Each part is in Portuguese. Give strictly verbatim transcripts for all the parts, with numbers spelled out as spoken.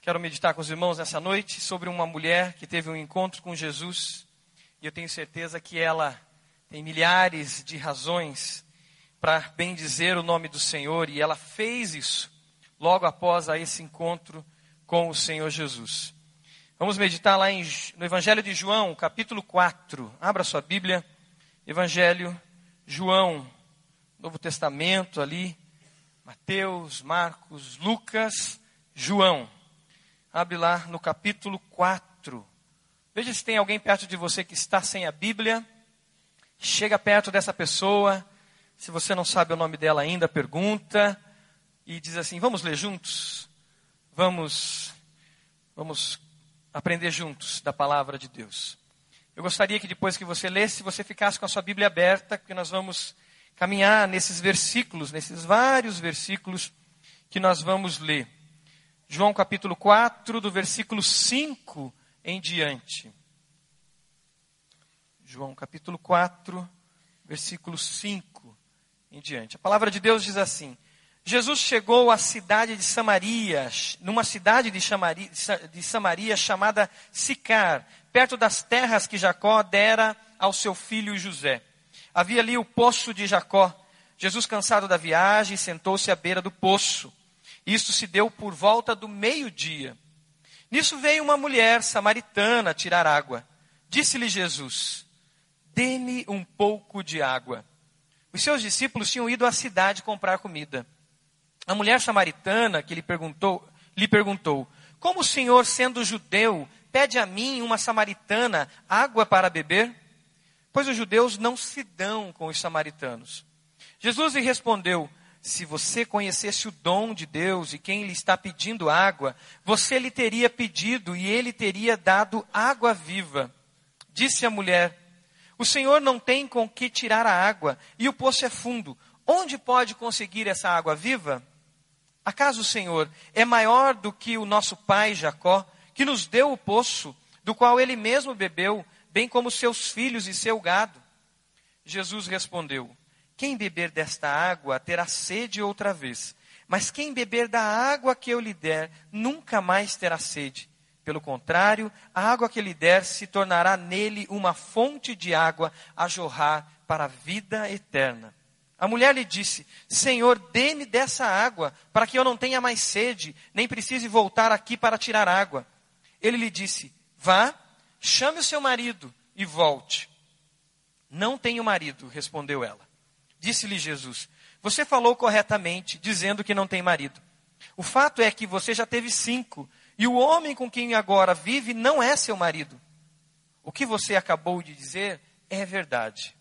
Quero meditar com os irmãos nessa noite sobre uma mulher que teve um encontro com Jesus. E eu tenho certeza que ela tem milhares de razões para bendizer o nome do Senhor. E ela fez isso logo após a esse encontro com o Senhor Jesus. Vamos meditar lá em, no Evangelho de João, capítulo quatro. Abra sua Bíblia. Evangelho, João, Novo Testamento ali. Mateus, Marcos, Lucas, João. Abre lá no capítulo quatro. Veja se tem alguém perto de você que está sem a Bíblia. Chega perto dessa pessoa. Se você não sabe o nome dela ainda, pergunta. E diz assim, vamos ler juntos? Vamos, vamos aprender juntos da palavra de Deus. Eu gostaria que depois que você lesse, você ficasse com a sua Bíblia aberta, porque nós vamos caminhar nesses versículos, nesses vários versículos que nós vamos ler. João capítulo quatro, do versículo cinco em diante. João capítulo quatro, versículo cinco em diante. A palavra de Deus diz assim: Jesus chegou à cidade de Samaria, numa cidade de, Chamaria, de Samaria chamada Sicar, perto das terras que Jacó dera ao seu filho José. Havia ali o poço de Jacó. Jesus, cansado da viagem, sentou-se à beira do poço. Isto se deu por volta do meio-dia. Nisso veio uma mulher samaritana tirar água. Disse-lhe Jesus: dê-me um pouco de água. Os seus discípulos tinham ido à cidade comprar comida. A mulher samaritana que lhe perguntou, lhe perguntou: como o Senhor, sendo judeu, pede a mim, uma samaritana, água para beber? Pois os judeus não se dão com os samaritanos. Jesus lhe respondeu: se você conhecesse o dom de Deus e quem lhe está pedindo água, você lhe teria pedido e ele teria dado água viva. Disse a mulher: o Senhor não tem com que tirar a água e o poço é fundo. Onde pode conseguir essa água viva? Acaso o Senhor é maior do que o nosso pai Jacó, que nos deu o poço, do qual ele mesmo bebeu, bem como seus filhos e seu gado? Jesus respondeu: quem beber desta água terá sede outra vez, mas quem beber da água que eu lhe der, nunca mais terá sede. Pelo contrário, a água que lhe der se tornará nele uma fonte de água a jorrar para a vida eterna. A mulher lhe disse: Senhor, dê-me dessa água, para que eu não tenha mais sede, nem precise voltar aqui para tirar água. Ele lhe disse: vá, chame o seu marido e volte. Não tenho marido, respondeu ela. Disse-lhe Jesus: você falou corretamente, dizendo que não tem marido. O fato é que você já teve cinco, e o homem com quem agora vive não é seu marido. O que você acabou de dizer é verdade.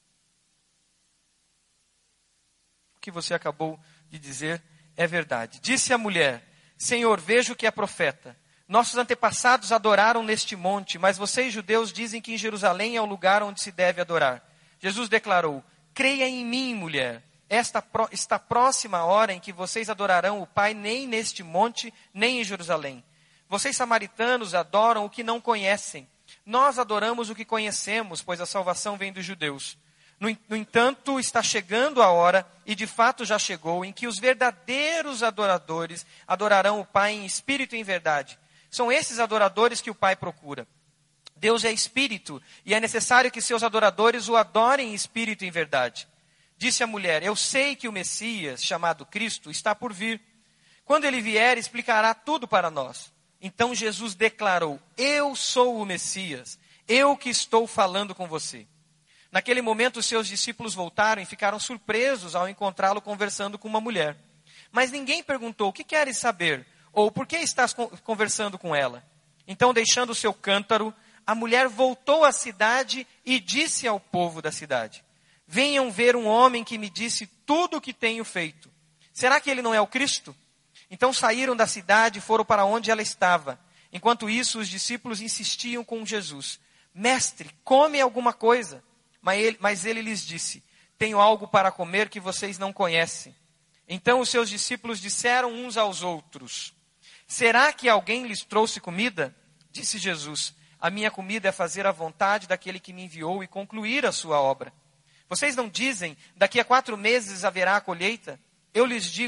O que você acabou de dizer é verdade. Disse a mulher: Senhor, vejo que é profeta. Nossos antepassados adoraram neste monte, mas vocês judeus dizem que em Jerusalém é o lugar onde se deve adorar. Jesus declarou: creia em mim, mulher. Esta pro, está próxima a hora em que vocês adorarão o Pai nem neste monte, nem em Jerusalém. Vocês samaritanos adoram o que não conhecem. Nós adoramos o que conhecemos, pois a salvação vem dos judeus. No, no entanto, está chegando a hora, e de fato já chegou, em que os verdadeiros adoradores adorarão o Pai em espírito e em verdade. São esses adoradores que o Pai procura. Deus é espírito, e é necessário que seus adoradores o adorem em espírito e em verdade. Disse a mulher: eu sei que o Messias, chamado Cristo, está por vir. Quando ele vier, explicará tudo para nós. Então Jesus declarou: eu sou o Messias, eu que estou falando com você. Naquele momento, os seus discípulos voltaram e ficaram surpresos ao encontrá-lo conversando com uma mulher. Mas ninguém perguntou: o que queres saber? Ou por que estás conversando com ela? Então, deixando o seu cântaro, a mulher voltou à cidade e disse ao povo da cidade: venham ver um homem que me disse tudo o que tenho feito. Será que ele não é o Cristo? Então saíram da cidade e foram para onde ela estava. Enquanto isso, os discípulos insistiam com Jesus: mestre, come alguma coisa. Mas ele, mas ele lhes disse: tenho algo para comer que vocês não conhecem. Então os seus discípulos disseram uns aos outros: será que alguém lhes trouxe comida? Disse Jesus: a minha comida é fazer a vontade daquele que me enviou e concluir a sua obra. Vocês não dizem: daqui a quatro meses haverá a colheita? Eu lhes digo: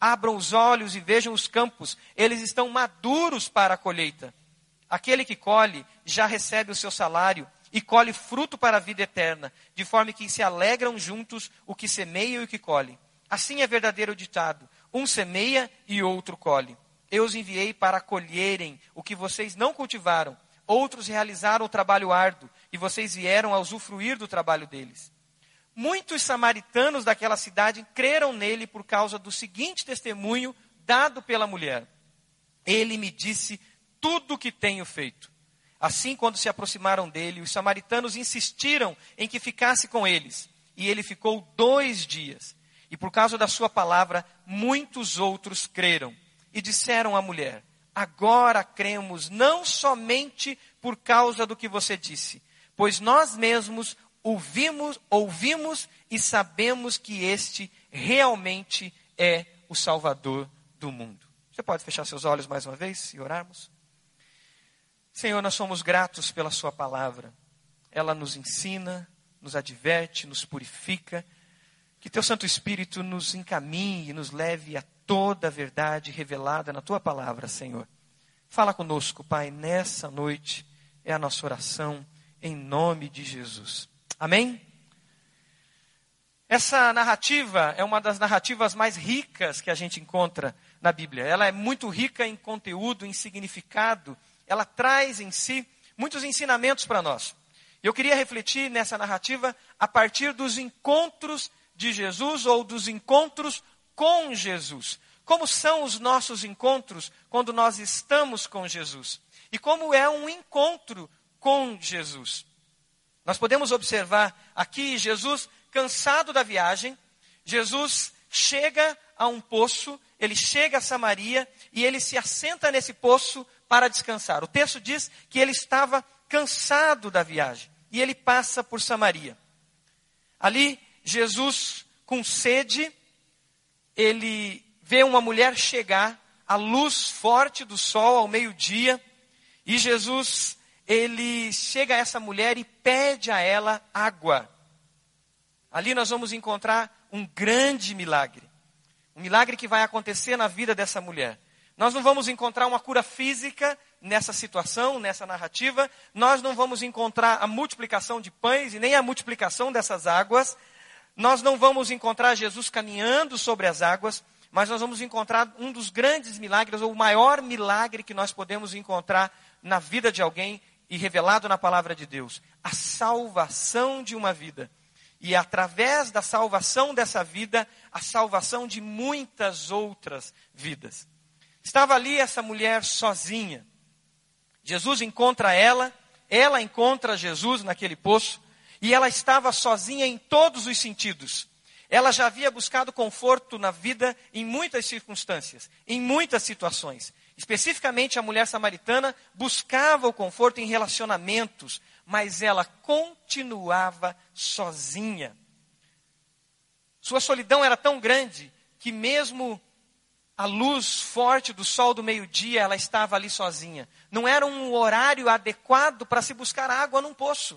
abram os olhos e vejam os campos, eles estão maduros para a colheita. Aquele que colhe já recebe o seu salário e colhe fruto para a vida eterna, de forma que se alegram juntos o que semeia e o que colhe. Assim é verdadeiro o ditado: um semeia e outro colhe. Eu os enviei para colherem o que vocês não cultivaram. Outros realizaram o trabalho árduo e vocês vieram a usufruir do trabalho deles. Muitos samaritanos daquela cidade creram nele por causa do seguinte testemunho dado pela mulher: ele me disse tudo o que tenho feito. Assim, quando se aproximaram dele, os samaritanos insistiram em que ficasse com eles. E ele ficou dois dias. E por causa da sua palavra, muitos outros creram. E disseram à mulher: agora cremos não somente por causa do que você disse, pois nós mesmos ouvimos, ouvimos e sabemos que este realmente é o Salvador do mundo. Você pode fechar seus olhos mais uma vez e orarmos? Senhor, nós somos gratos pela sua palavra. Ela nos ensina, nos adverte, nos purifica. Que teu Santo Espírito nos encaminhe e nos leve a toda a verdade revelada na tua palavra, Senhor. Fala conosco, Pai, nessa noite. É a nossa oração em nome de Jesus. Amém? Essa narrativa é uma das narrativas mais ricas que a gente encontra na Bíblia. Ela é muito rica em conteúdo, em significado. Ela traz em si muitos ensinamentos para nós. Eu queria refletir nessa narrativa a partir dos encontros de Jesus ou dos encontros com Jesus. Como são os nossos encontros quando nós estamos com Jesus? E como é um encontro com Jesus? Nós podemos observar aqui Jesus cansado da viagem. Jesus chega a um poço, ele chega a Samaria e ele se assenta nesse poço para descansar. O texto diz que ele estava cansado da viagem e ele passa por Samaria. Ali, Jesus, com sede, ele vê uma mulher chegar, à luz forte do sol, ao meio-dia, e Jesus, ele chega a essa mulher e pede a ela água. Ali nós vamos encontrar um grande milagre. Um milagre que vai acontecer na vida dessa mulher. Nós não vamos encontrar uma cura física nessa situação, nessa narrativa. Nós não vamos encontrar a multiplicação de pães e nem a multiplicação dessas águas. Nós não vamos encontrar Jesus caminhando sobre as águas, mas nós vamos encontrar um dos grandes milagres, ou o maior milagre que nós podemos encontrar na vida de alguém e revelado na palavra de Deus. A salvação de uma vida. E através da salvação dessa vida, a salvação de muitas outras vidas. Estava ali essa mulher sozinha. Jesus encontra ela, ela encontra Jesus naquele poço, e ela estava sozinha em todos os sentidos. Ela já havia buscado conforto na vida em muitas circunstâncias, em muitas situações. Especificamente a mulher samaritana buscava o conforto em relacionamentos, mas ela continuava sozinha. Sua solidão era tão grande que mesmo à luz forte do sol do meio-dia, ela estava ali sozinha. Não era um horário adequado para se buscar água num poço.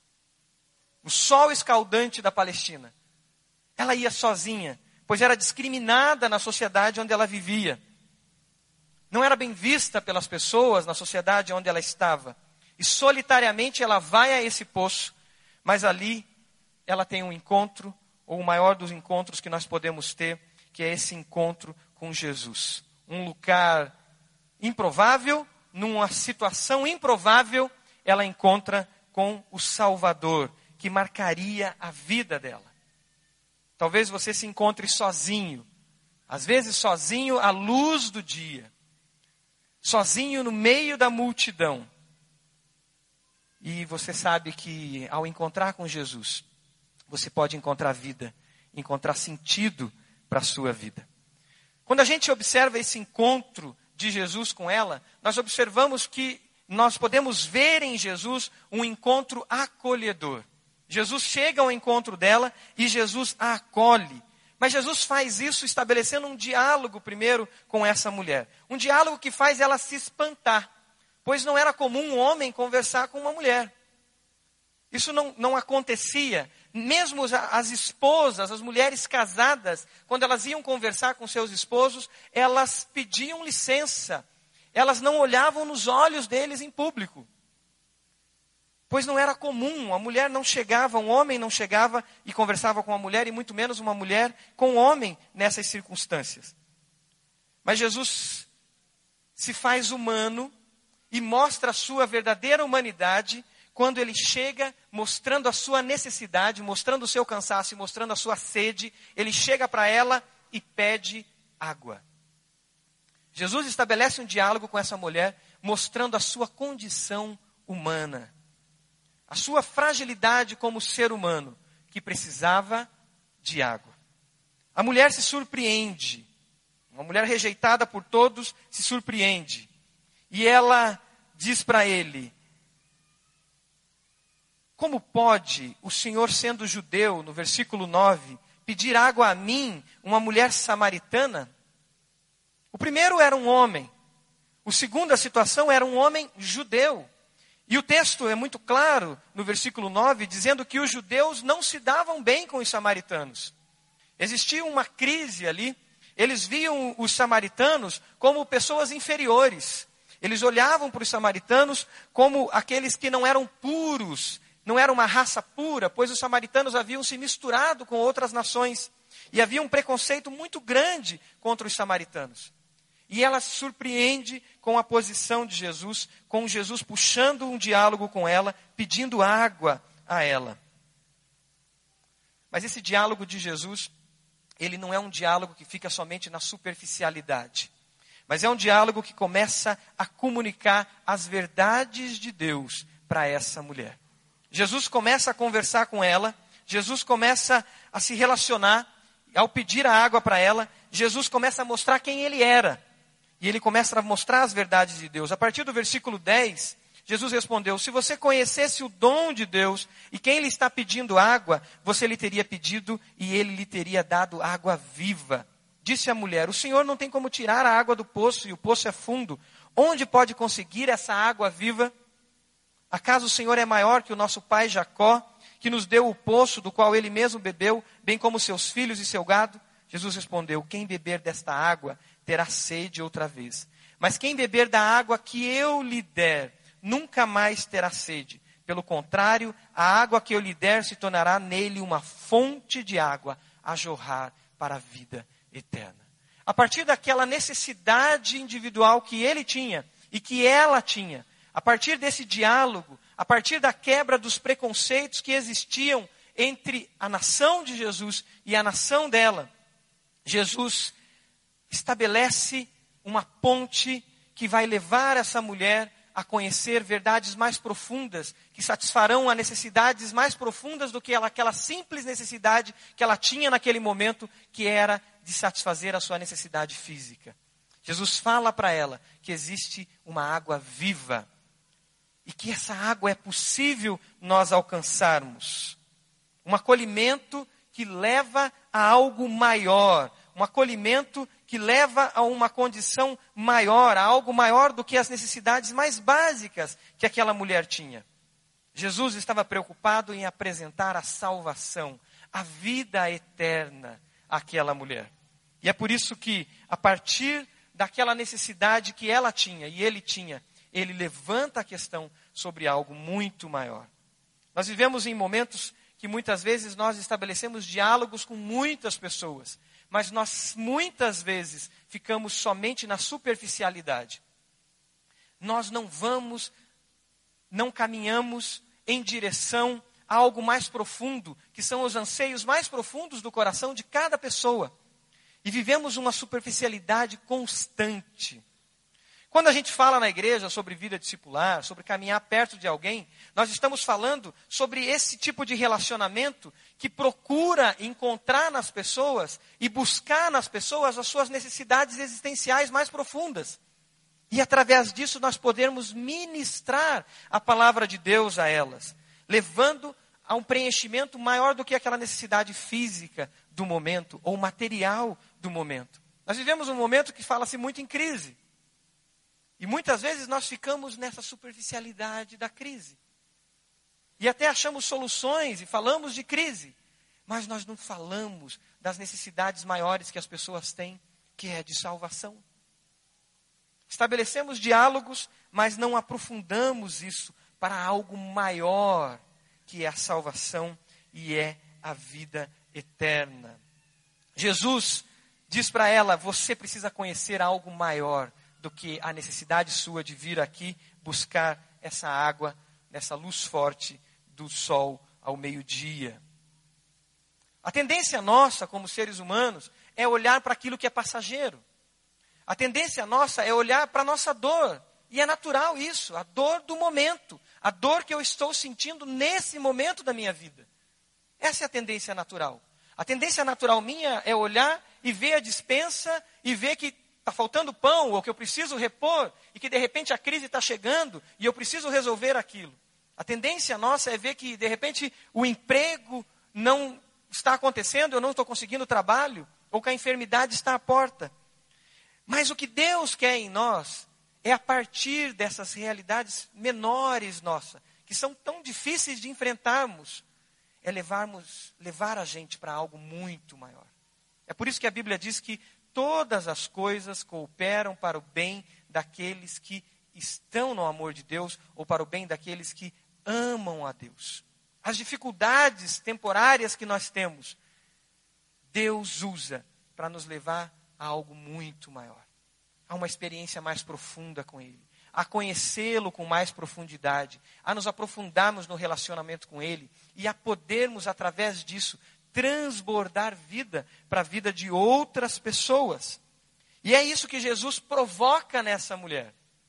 O sol escaldante da Palestina. Ela ia sozinha, pois era discriminada na sociedade onde ela vivia. Não era bem vista pelas pessoas na sociedade onde ela estava. E solitariamente ela vai a esse poço, mas ali ela tem um encontro, ou o maior dos encontros que nós podemos ter, que é esse encontro com Jesus. Um lugar improvável, numa situação improvável, ela encontra com o Salvador, que marcaria a vida dela. Talvez você se encontre sozinho, às vezes sozinho à luz do dia, sozinho no meio da multidão. E você sabe que ao encontrar com Jesus, você pode encontrar vida, encontrar sentido para a sua vida. Quando a gente observa esse encontro de Jesus com ela, nós observamos que nós podemos ver em Jesus um encontro acolhedor. Jesus chega ao encontro dela e Jesus a acolhe. Mas Jesus faz isso estabelecendo um diálogo primeiro com essa mulher. Um diálogo que faz ela se espantar. Pois não era comum um homem conversar com uma mulher. Isso não, não acontecia Mesmo as esposas, as mulheres casadas, quando elas iam conversar com seus esposos, elas pediam licença. Elas não olhavam nos olhos deles em público. Pois não era comum, a mulher não chegava, um homem não chegava e conversava com a mulher, e muito menos uma mulher com um homem nessas circunstâncias. Mas Jesus se faz humano e mostra a sua verdadeira humanidade quando ele chega mostrando a sua necessidade, mostrando o seu cansaço e mostrando a sua sede. Ele chega para ela e pede água. Jesus estabelece um diálogo com essa mulher, mostrando a sua condição humana. A sua fragilidade como ser humano, que precisava de água. A mulher se surpreende. Uma mulher rejeitada por todos se surpreende. E ela diz para ele: como pode o Senhor, sendo judeu, no versículo nove, pedir água a mim, uma mulher samaritana? O primeiro era um homem. O segundo, a situação, era um homem judeu. E o texto é muito claro, no versículo nove, dizendo que os judeus não se davam bem com os samaritanos. Existia uma crise ali. Eles viam os samaritanos como pessoas inferiores. Eles olhavam para os samaritanos como aqueles que não eram puros, não era uma raça pura, pois os samaritanos haviam se misturado com outras nações. E havia um preconceito muito grande contra os samaritanos. E ela se surpreende com a posição de Jesus, com Jesus puxando um diálogo com ela, pedindo água a ela. Mas esse diálogo de Jesus, ele não é um diálogo que fica somente na superficialidade. Mas é um diálogo que começa a comunicar as verdades de Deus para essa mulher. Jesus começa a conversar com ela, Jesus começa a se relacionar, ao pedir a água para ela, Jesus começa a mostrar quem ele era. E ele começa a mostrar as verdades de Deus. A partir do versículo dez, Jesus respondeu: se você conhecesse o dom de Deus e quem lhe está pedindo água, você lhe teria pedido e ele lhe teria dado água viva. Disse a mulher: o Senhor não tem como tirar a água do poço e o poço é fundo. Onde pode conseguir essa água viva? Acaso o Senhor é maior que o nosso pai Jacó, que nos deu o poço do qual ele mesmo bebeu, bem como seus filhos e seu gado? Jesus respondeu: quem beber desta água terá sede outra vez. Mas quem beber da água que eu lhe der, nunca mais terá sede. Pelo contrário, a água que eu lhe der se tornará nele uma fonte de água a jorrar para a vida eterna. A partir daquela necessidade individual que ele tinha e que ela tinha, a partir desse diálogo, a partir da quebra dos preconceitos que existiam entre a nação de Jesus e a nação dela, Jesus estabelece uma ponte que vai levar essa mulher a conhecer verdades mais profundas, que satisfarão as necessidades mais profundas do que ela, aquela simples necessidade que ela tinha naquele momento, que era de satisfazer a sua necessidade física. Jesus fala para ela que existe uma água viva e que essa água é possível nós alcançarmos. Um acolhimento que leva a algo maior, um acolhimento que leva a uma condição maior, a algo maior do que as necessidades mais básicas que aquela mulher tinha. Jesus estava preocupado em apresentar a salvação, a vida eterna àquela mulher. E é por isso que, a partir daquela necessidade que ela tinha e ele tinha, ele levanta a questão sobre algo muito maior. Nós vivemos em momentos que muitas vezes nós estabelecemos diálogos com muitas pessoas, mas nós muitas vezes ficamos somente na superficialidade. Nós não vamos, não caminhamos em direção a algo mais profundo, que são os anseios mais profundos do coração de cada pessoa. E vivemos uma superficialidade constante. Quando a gente fala na igreja sobre vida discipular, sobre caminhar perto de alguém, nós estamos falando sobre esse tipo de relacionamento que procura encontrar nas pessoas e buscar nas pessoas as suas necessidades existenciais mais profundas. E através disso nós podemos ministrar a palavra de Deus a elas, levando a um preenchimento maior do que aquela necessidade física do momento ou material do momento. Nós vivemos um momento que fala-se muito em crise. E muitas vezes nós ficamos nessa superficialidade da crise. E até achamos soluções e falamos de crise. Mas nós não falamos das necessidades maiores que as pessoas têm, que é de salvação. Estabelecemos diálogos, mas não aprofundamos isso para algo maior, que é a salvação e é a vida eterna. Jesus diz para ela, você precisa conhecer algo maior do que a necessidade sua de vir aqui buscar essa água, essa luz forte do sol ao meio-dia. A tendência nossa, como seres humanos, é olhar para aquilo que é passageiro. A tendência nossa é olhar para a nossa dor. E é natural isso, a dor do momento. A dor que eu estou sentindo nesse momento da minha vida. Essa é a tendência natural. A tendência natural minha é olhar e ver a despensa e ver que está faltando pão ou que eu preciso repor e que de repente a crise está chegando e eu preciso resolver aquilo. A tendência nossa é ver que de repente o emprego não está acontecendo, eu não estou conseguindo trabalho ou que a enfermidade está à porta. Mas o que Deus quer em nós é a partir dessas realidades menores nossas, que são tão difíceis de enfrentarmos, é levarmos, levar a gente para algo muito maior. É por isso que a Bíblia diz que todas as coisas cooperam para o bem daqueles que estão no amor de Deus, ou para o bem daqueles que amam a Deus. As dificuldades temporárias que nós temos, Deus usa para nos levar a algo muito maior. A uma experiência mais profunda com Ele. A conhecê-lo com mais profundidade. A nos aprofundarmos no relacionamento com Ele. E a podermos, através disso, transbordar vida para a vida de outras pessoas. E é isso que Jesus provoca nessa mulher.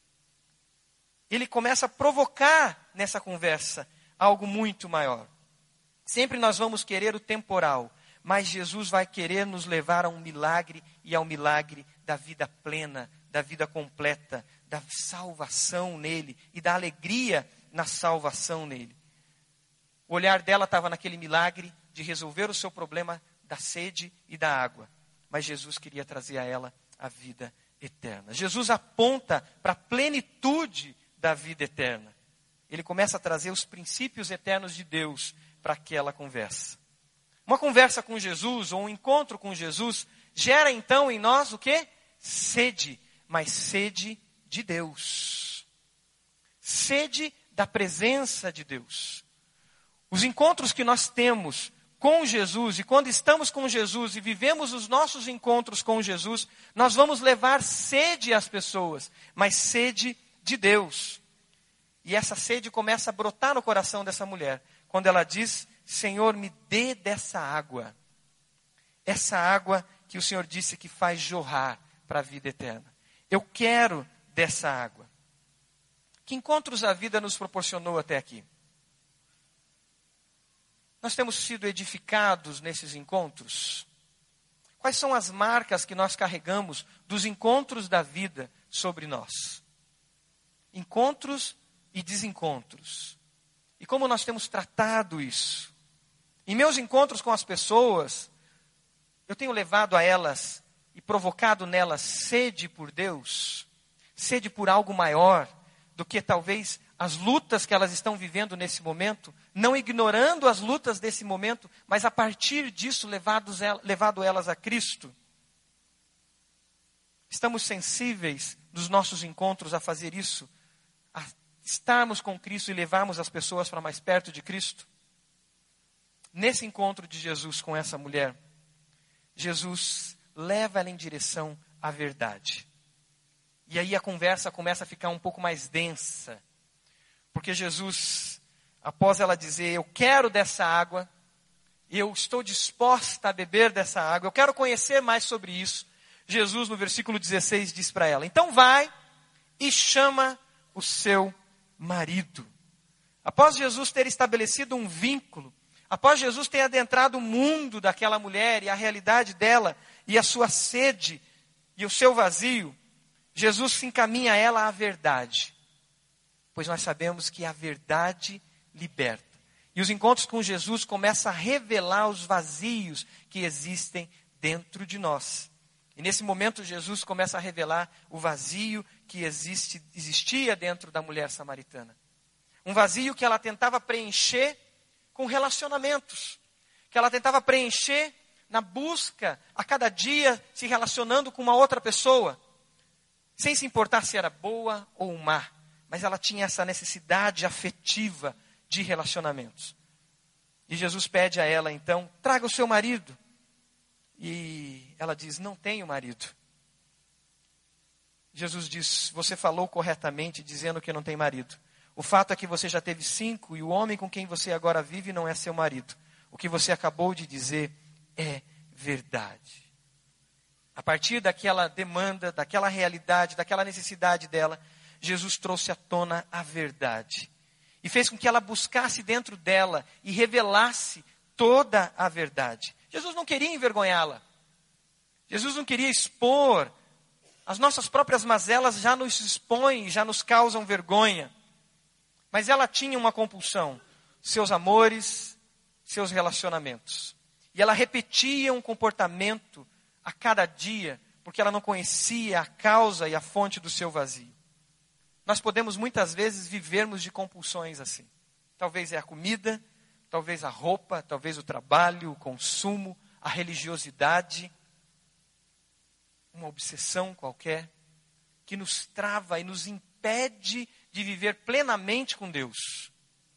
Ele começa a provocar nessa conversa algo muito maior. Sempre nós vamos querer o temporal, mas Jesus vai querer nos levar a um milagre e ao milagre da vida plena, da vida completa, da salvação nele e da alegria na salvação nele. O olhar dela estava naquele milagre de resolver o seu problema da sede e da água, mas Jesus queria trazer a ela a vida eterna. Jesus aponta para a plenitude da vida eterna. Ele começa a trazer os princípios eternos de Deus para aquela conversa. Uma conversa com Jesus, ou um encontro com Jesus, gera então em nós o quê? Sede, mas sede de Deus. Sede da presença de Deus. Os encontros que nós temos com Jesus, e quando estamos com Jesus e vivemos os nossos encontros com Jesus, nós vamos levar sede às pessoas, mas sede de Deus. E essa sede começa a brotar no coração dessa mulher, quando ela diz, Senhor, me dê dessa água. Essa água que o Senhor disse que faz jorrar para a vida eterna. Eu quero dessa água. Que encontros a vida nos proporcionou até aqui? Nós temos sido edificados nesses encontros? Quais são as marcas que nós carregamos dos encontros da vida sobre nós? Encontros e desencontros. E como nós temos tratado isso? Em meus encontros com as pessoas, eu tenho levado a elas e provocado nelas sede por Deus, sede por algo maior do que talvez as lutas que elas estão vivendo nesse momento, não ignorando as lutas desse momento, mas a partir disso levados, levado elas a Cristo. Estamos sensíveis nos nossos encontros a fazer isso, a estarmos com Cristo e levarmos as pessoas para mais perto de Cristo? Nesse encontro de Jesus com essa mulher, Jesus leva ela em direção à verdade. E aí a conversa começa a ficar um pouco mais densa. Porque Jesus, após ela dizer, eu quero dessa água, eu estou disposta a beber dessa água, eu quero conhecer mais sobre isso. Jesus, no versículo dezesseis, diz para ela, então vai e chama o seu marido. Após Jesus ter estabelecido um vínculo, após Jesus ter adentrado o mundo daquela mulher e a realidade dela, e a sua sede e o seu vazio, Jesus se encaminha a ela à verdade. Pois nós sabemos que a verdade liberta. E os encontros com Jesus começam a revelar os vazios que existem dentro de nós. E nesse momento Jesus começa a revelar o vazio que existe, existia dentro da mulher samaritana. Um vazio que ela tentava preencher com relacionamentos. Que ela tentava preencher na busca, a cada dia, se relacionando com uma outra pessoa. Sem se importar se era boa ou má. Mas ela tinha essa necessidade afetiva de relacionamentos. E Jesus pede a ela, então, traga o seu marido. E ela diz, não tenho marido. Jesus diz, você falou corretamente dizendo que não tem marido. O fato é que você já teve cinco e o homem com quem você agora vive não é seu marido. O que você acabou de dizer é verdade. A partir daquela demanda, daquela realidade, daquela necessidade dela, Jesus trouxe à tona a verdade. E fez com que ela buscasse dentro dela e revelasse toda a verdade. Jesus não queria envergonhá-la. Jesus não queria expor. As nossas próprias mazelas já nos expõem, já nos causam vergonha. Mas ela tinha uma compulsão. Seus amores, seus relacionamentos. E ela repetia um comportamento a cada dia, porque ela não conhecia a causa e a fonte do seu vazio. Nós podemos muitas vezes vivermos de compulsões assim. Talvez é a comida, talvez a roupa, talvez o trabalho, o consumo, a religiosidade, uma obsessão qualquer, que nos trava e nos impede de viver plenamente com Deus.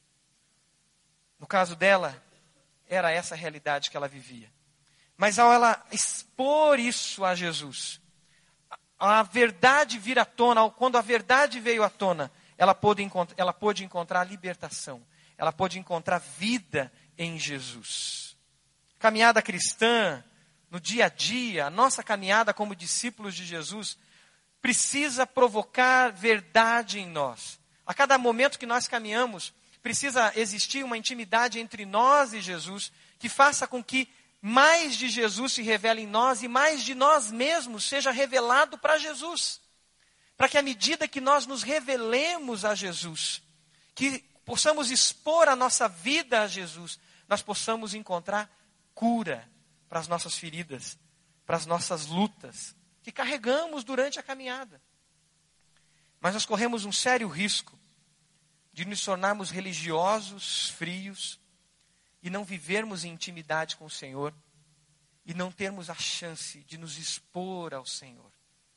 No caso dela, era essa a realidade que ela vivia. Mas ao ela expor isso a Jesus, a verdade vir à tona, quando a verdade veio à tona, ela pôde, ela pôde encontrar libertação, ela pôde encontrar vida em Jesus. Caminhada cristã, no dia a dia, a nossa caminhada como discípulos de Jesus, precisa provocar verdade em nós. A cada momento que nós caminhamos, precisa existir uma intimidade entre nós e Jesus, que faça com que mais de Jesus se revele em nós e mais de nós mesmos seja revelado para Jesus. Para que à medida que nós nos revelemos a Jesus, que possamos expor a nossa vida a Jesus, nós possamos encontrar cura para as nossas feridas, para as nossas lutas, que carregamos durante a caminhada. Mas nós corremos um sério risco de nos tornarmos religiosos, frios, e não vivermos em intimidade com o Senhor, e não termos a chance de nos expor ao Senhor.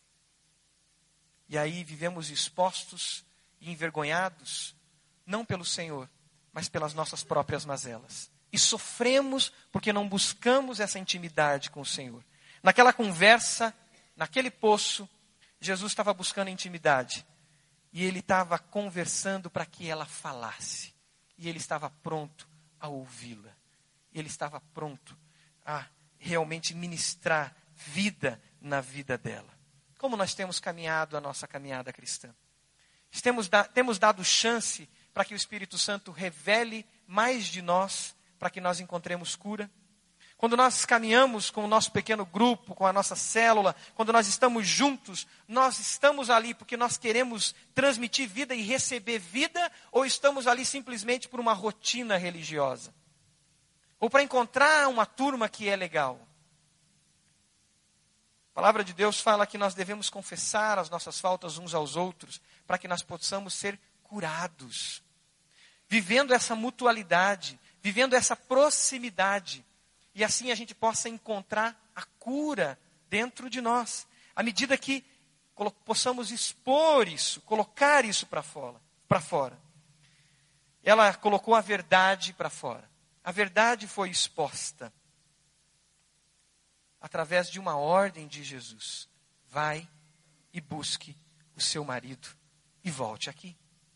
E aí vivemos expostos e envergonhados, não pelo Senhor, mas pelas nossas próprias mazelas. E sofremos porque não buscamos essa intimidade com o Senhor. Naquela conversa, naquele poço, Jesus estava buscando intimidade. E ele estava conversando para que ela falasse. E ele estava pronto a ouvi-la. Ele estava pronto a realmente ministrar vida na vida dela. Como nós temos caminhado a nossa caminhada cristã? Temos, da, temos dado chance para que o Espírito Santo revele mais de nós, para que nós encontremos cura? Quando nós caminhamos com o nosso pequeno grupo, com a nossa célula, quando nós estamos juntos, nós estamos ali porque nós queremos transmitir vida e receber vida, ou estamos ali simplesmente por uma rotina religiosa? Ou para encontrar uma turma que é legal? A palavra de Deus fala que nós devemos confessar as nossas faltas uns aos outros, para que nós possamos ser curados. Vivendo essa mutualidade, vivendo essa proximidade. E assim a gente possa encontrar a cura dentro de nós. À medida que possamos expor isso, colocar isso para fora, para fora. Ela colocou a verdade para fora. A verdade foi exposta através de uma ordem de Jesus. Vai e busque o seu marido e volte aqui.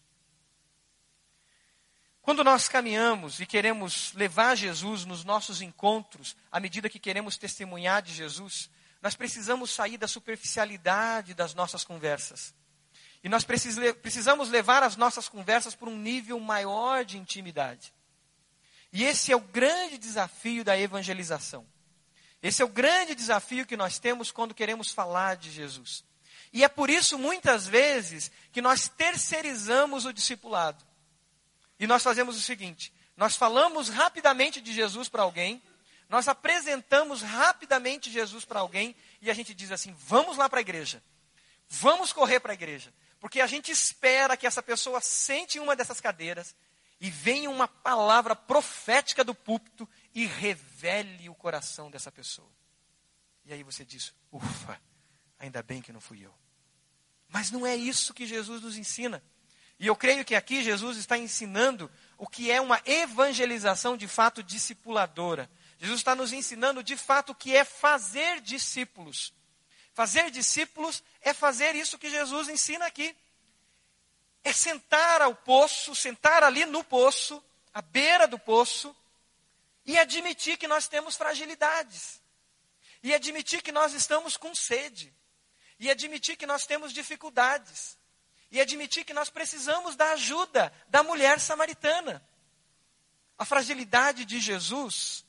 Quando nós caminhamos e queremos levar Jesus nos nossos encontros, à medida que queremos testemunhar de Jesus, nós precisamos sair da superficialidade das nossas conversas. E nós precisamos levar as nossas conversas para um nível maior de intimidade. E esse é o grande desafio da evangelização. Esse é o grande desafio que nós temos quando queremos falar de Jesus. E é por isso, muitas vezes, que nós terceirizamos o discipulado. E nós fazemos o seguinte, nós falamos rapidamente de Jesus para alguém, nós apresentamos rapidamente Jesus para alguém, e a gente diz assim, vamos lá para a igreja, vamos correr para a igreja, Porque a gente espera que essa pessoa sente em uma dessas cadeiras e venha uma palavra profética do púlpito e revele o coração dessa pessoa. E aí você diz, ufa, ainda bem que não fui eu. Mas não é isso que Jesus nos ensina. E eu creio que aqui Jesus está ensinando o que é uma evangelização de fato discipuladora. Jesus está nos ensinando de fato o que é fazer discípulos. Fazer discípulos é fazer isso que Jesus ensina aqui. É sentar ao poço, sentar ali no poço, à beira do poço, e admitir que nós temos fragilidades. E admitir que nós estamos com sede. E admitir que nós temos dificuldades. E admitir que nós precisamos da ajuda da mulher samaritana. A fragilidade de Jesus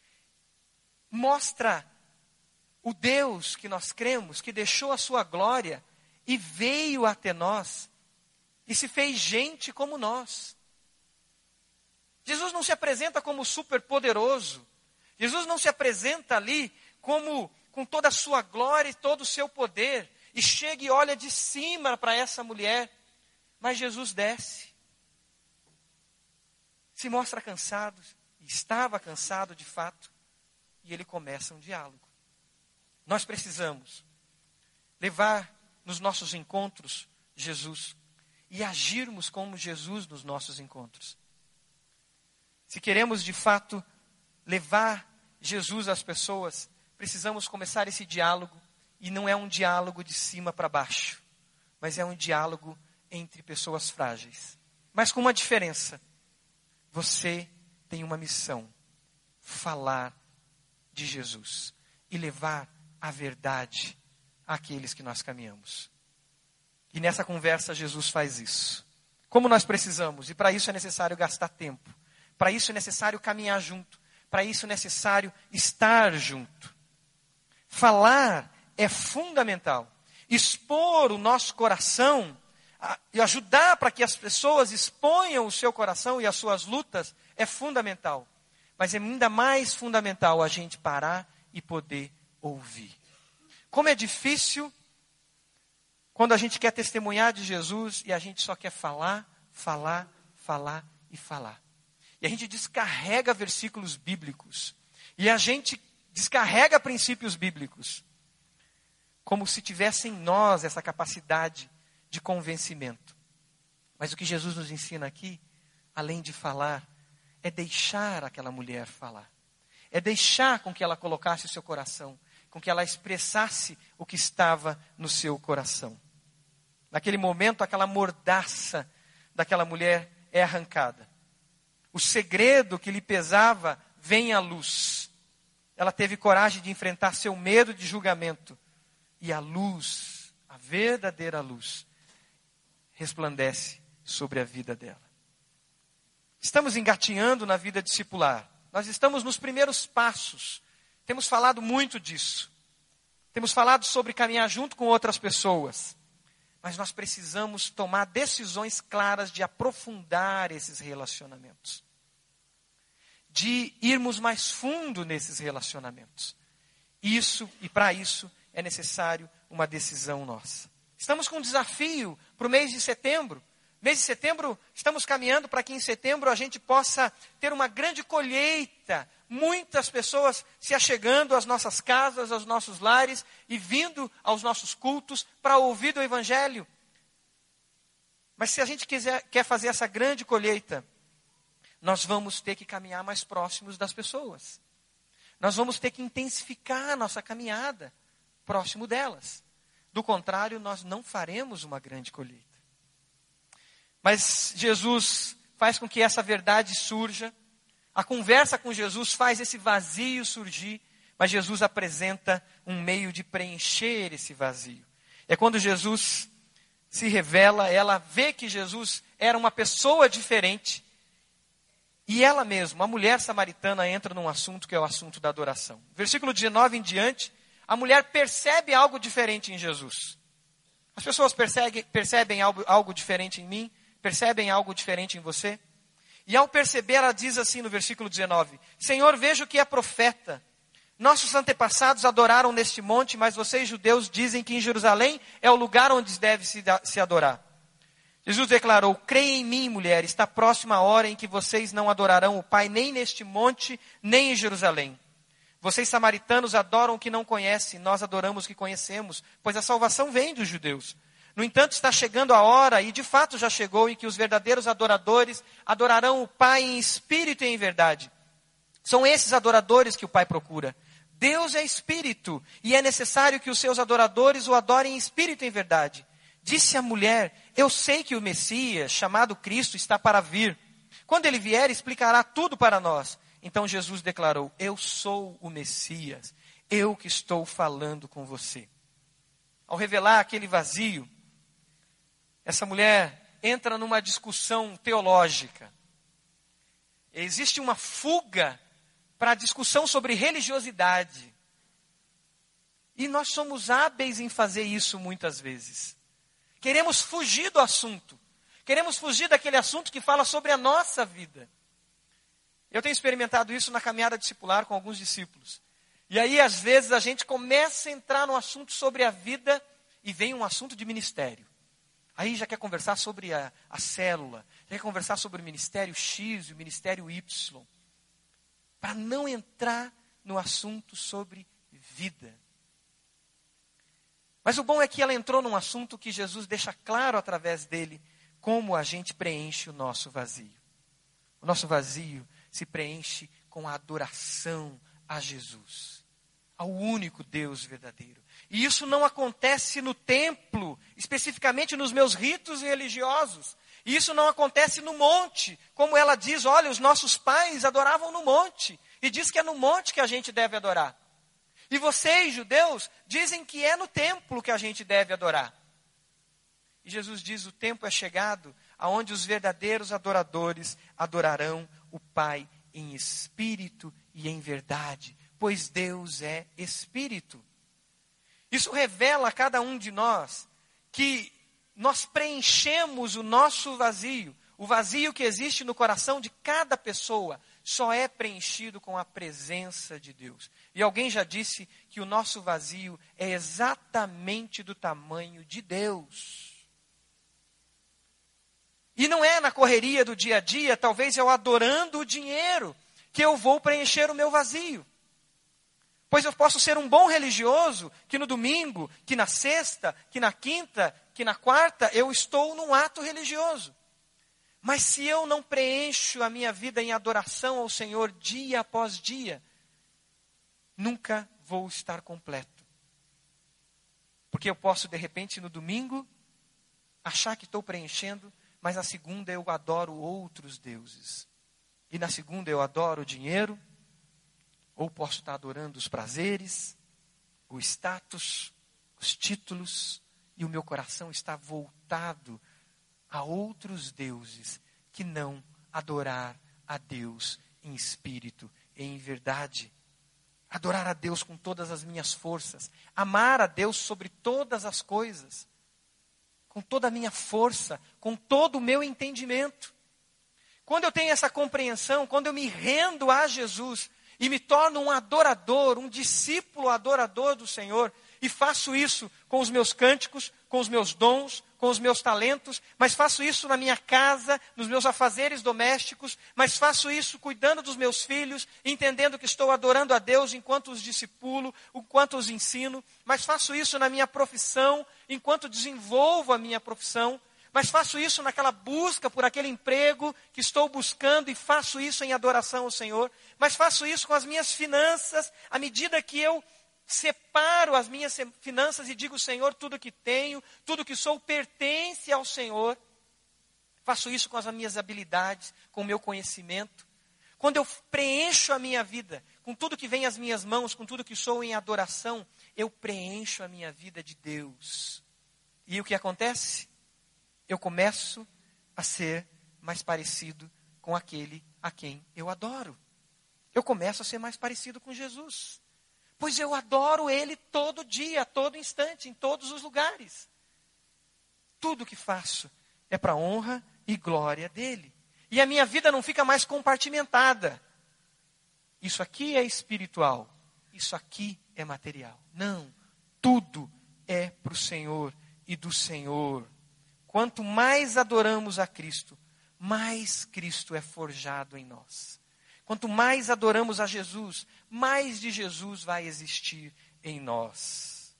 mostra o Deus que nós cremos, que deixou a sua glória e veio até nós e se fez gente como nós. Jesus não se apresenta como superpoderoso. Jesus não se apresenta ali como com toda a sua glória e todo o seu poder e chega e olha de cima para essa mulher. Mas Jesus desce. Se mostra cansado, estava cansado de fato, e ele começa um diálogo. Nós precisamos levar nos nossos encontros Jesus e agirmos como Jesus nos nossos encontros. Se queremos de fato levar Jesus às pessoas, precisamos começar esse diálogo, e não é um diálogo de cima para baixo, mas é um diálogo entre pessoas frágeis. Mas com uma diferença. Você tem uma missão: falar de Jesus e levar a verdade àqueles que nós caminhamos. E nessa conversa Jesus faz isso. Como nós precisamos, e para isso é necessário gastar tempo, para isso é necessário caminhar junto, para isso é necessário estar junto. Falar é fundamental. Expor o nosso coração a, e ajudar para que as pessoas exponham o seu coração e as suas lutas é fundamental. Mas é ainda mais fundamental a gente parar e poder ouvir. Como é difícil quando a gente quer testemunhar de Jesus e a gente só quer falar, falar, falar e falar. E a gente descarrega versículos bíblicos. E a gente descarrega princípios bíblicos. Como se tivesse em nós essa capacidade de convencimento. Mas o que Jesus nos ensina aqui, além de falar, é deixar aquela mulher falar. É deixar com que ela colocasse o seu coração, com que ela expressasse o que estava no seu coração. Naquele momento, aquela mordaça daquela mulher é arrancada. O segredo que lhe pesava vem à luz. Ela teve coragem de enfrentar seu medo de julgamento. E a luz, a verdadeira luz, resplandece sobre a vida dela. Estamos engatinhando na vida discipular. Nós estamos nos primeiros passos. Temos falado muito disso. Temos falado sobre caminhar junto com outras pessoas. Mas nós precisamos tomar decisões claras de aprofundar esses relacionamentos. De irmos mais fundo nesses relacionamentos. Isso, e para isso, é necessário uma decisão nossa. Estamos com um desafio para o mês de setembro. Mês de setembro, estamos caminhando para que em setembro a gente possa ter uma grande colheita. Muitas pessoas se achegando às nossas casas, aos nossos lares e vindo aos nossos cultos para ouvir do Evangelho. Mas se a gente quiser, quer fazer essa grande colheita, nós vamos ter que caminhar mais próximos das pessoas. Nós vamos ter que intensificar a nossa caminhada próximo delas. Do contrário, nós não faremos uma grande colheita. Mas Jesus faz com que essa verdade surja. A conversa com Jesus faz esse vazio surgir. Mas Jesus apresenta um meio de preencher esse vazio. É quando Jesus se revela, ela vê que Jesus era uma pessoa diferente. E ela mesma, a mulher samaritana, entra num assunto que é o assunto da adoração. Versículo dezenove em diante, a mulher percebe algo diferente em Jesus. As pessoas percebem, percebem algo, algo diferente em mim? Percebem algo diferente em você? E ao perceber, ela diz assim no versículo dezenove, Senhor, vejo que é profeta. Nossos antepassados adoraram neste monte, mas vocês judeus dizem que em Jerusalém é o lugar onde deve se, se adorar. Jesus declarou, creia em mim, mulher, está próxima a hora em que vocês não adorarão o Pai nem neste monte, nem em Jerusalém. Vocês samaritanos adoram o que não conhecem, nós adoramos o que conhecemos, pois a salvação vem dos judeus. No entanto, está chegando a hora, e de fato já chegou, em que os verdadeiros adoradores adorarão o Pai em espírito e em verdade. São esses adoradores que o Pai procura. Deus é espírito, e é necessário que os seus adoradores o adorem em espírito e em verdade. Disse a mulher, eu sei que o Messias, chamado Cristo, está para vir. Quando ele vier, explicará tudo para nós. Então Jesus declarou, eu sou o Messias, eu que estou falando com você. Ao revelar aquele vazio, essa mulher entra numa discussão teológica. Existe uma fuga para a discussão sobre religiosidade. E nós somos hábeis em fazer isso muitas vezes. Queremos fugir do assunto. Queremos fugir daquele assunto que fala sobre a nossa vida. Eu tenho experimentado isso na caminhada discipular com alguns discípulos. E aí, às vezes, a gente começa a entrar no assunto sobre a vida e vem um assunto de ministério. Aí já quer conversar sobre a, a célula, já quer conversar sobre o ministério X e o ministério Y. Para não entrar no assunto sobre vida. Mas o bom é que ela entrou num assunto que Jesus deixa claro através dele como a gente preenche o nosso vazio. O nosso vazio se preenche com a adoração a Jesus, ao único Deus verdadeiro. E isso não acontece no templo, especificamente nos meus ritos religiosos. E isso não acontece no monte, como ela diz, olha, os nossos pais adoravam no monte. E diz que é no monte que a gente deve adorar. E vocês, judeus, dizem que é no templo que a gente deve adorar. E Jesus diz, o tempo é chegado, aonde os verdadeiros adoradores adorarão o Pai em espírito e em verdade, pois Deus é espírito. Isso revela a cada um de nós que nós preenchemos o nosso vazio. O vazio que existe no coração de cada pessoa só é preenchido com a presença de Deus. E alguém já disse que o nosso vazio é exatamente do tamanho de Deus. E não é na correria do dia a dia, talvez eu adorando o dinheiro, que eu vou preencher o meu vazio. Pois eu posso ser um bom religioso, que no domingo, que na sexta, que na quinta, que na quarta, eu estou num ato religioso. Mas se eu não preencho a minha vida em adoração ao Senhor dia após dia, nunca vou estar completo. Porque eu posso, de repente, no domingo, achar que estou preenchendo, mas na segunda eu adoro outros deuses. E na segunda eu adoro o dinheiro, ou posso estar adorando os prazeres, o status, os títulos, e o meu coração está voltado a outros deuses que não adorar a Deus em espírito e em verdade. Adorar a Deus com todas as minhas forças, amar a Deus sobre todas as coisas, com toda a minha força, com todo o meu entendimento. Quando eu tenho essa compreensão, quando eu me rendo a Jesus e me torno um adorador, um discípulo adorador do Senhor, e faço isso com os meus cânticos, com os meus dons, com os meus talentos, mas faço isso na minha casa, nos meus afazeres domésticos, mas faço isso cuidando dos meus filhos, entendendo que estou adorando a Deus enquanto os discipulo, enquanto os ensino, mas faço isso na minha profissão, enquanto desenvolvo a minha profissão, mas faço isso naquela busca por aquele emprego que estou buscando e faço isso em adoração ao Senhor, mas faço isso com as minhas finanças, à medida que eu separo as minhas finanças e digo, Senhor, tudo que tenho, tudo que sou pertence ao Senhor. Faço isso com as minhas habilidades, com o meu conhecimento. Quando eu preencho a minha vida com tudo que vem às minhas mãos, com tudo que sou em adoração, eu preencho a minha vida de Deus. E o que acontece? Eu começo a ser mais parecido com aquele a quem eu adoro. Eu começo a ser mais parecido com Jesus. Pois eu adoro Ele todo dia, a todo instante, em todos os lugares. Tudo que faço é para a honra e glória dEle. E a minha vida não fica mais compartimentada. Isso aqui é espiritual. isso aqui é material. Não, tudo é para o Senhor e do Senhor. Quanto mais adoramos a Cristo, mais Cristo é forjado em nós. Quanto mais adoramos a Jesus, mais de Jesus vai existir em nós.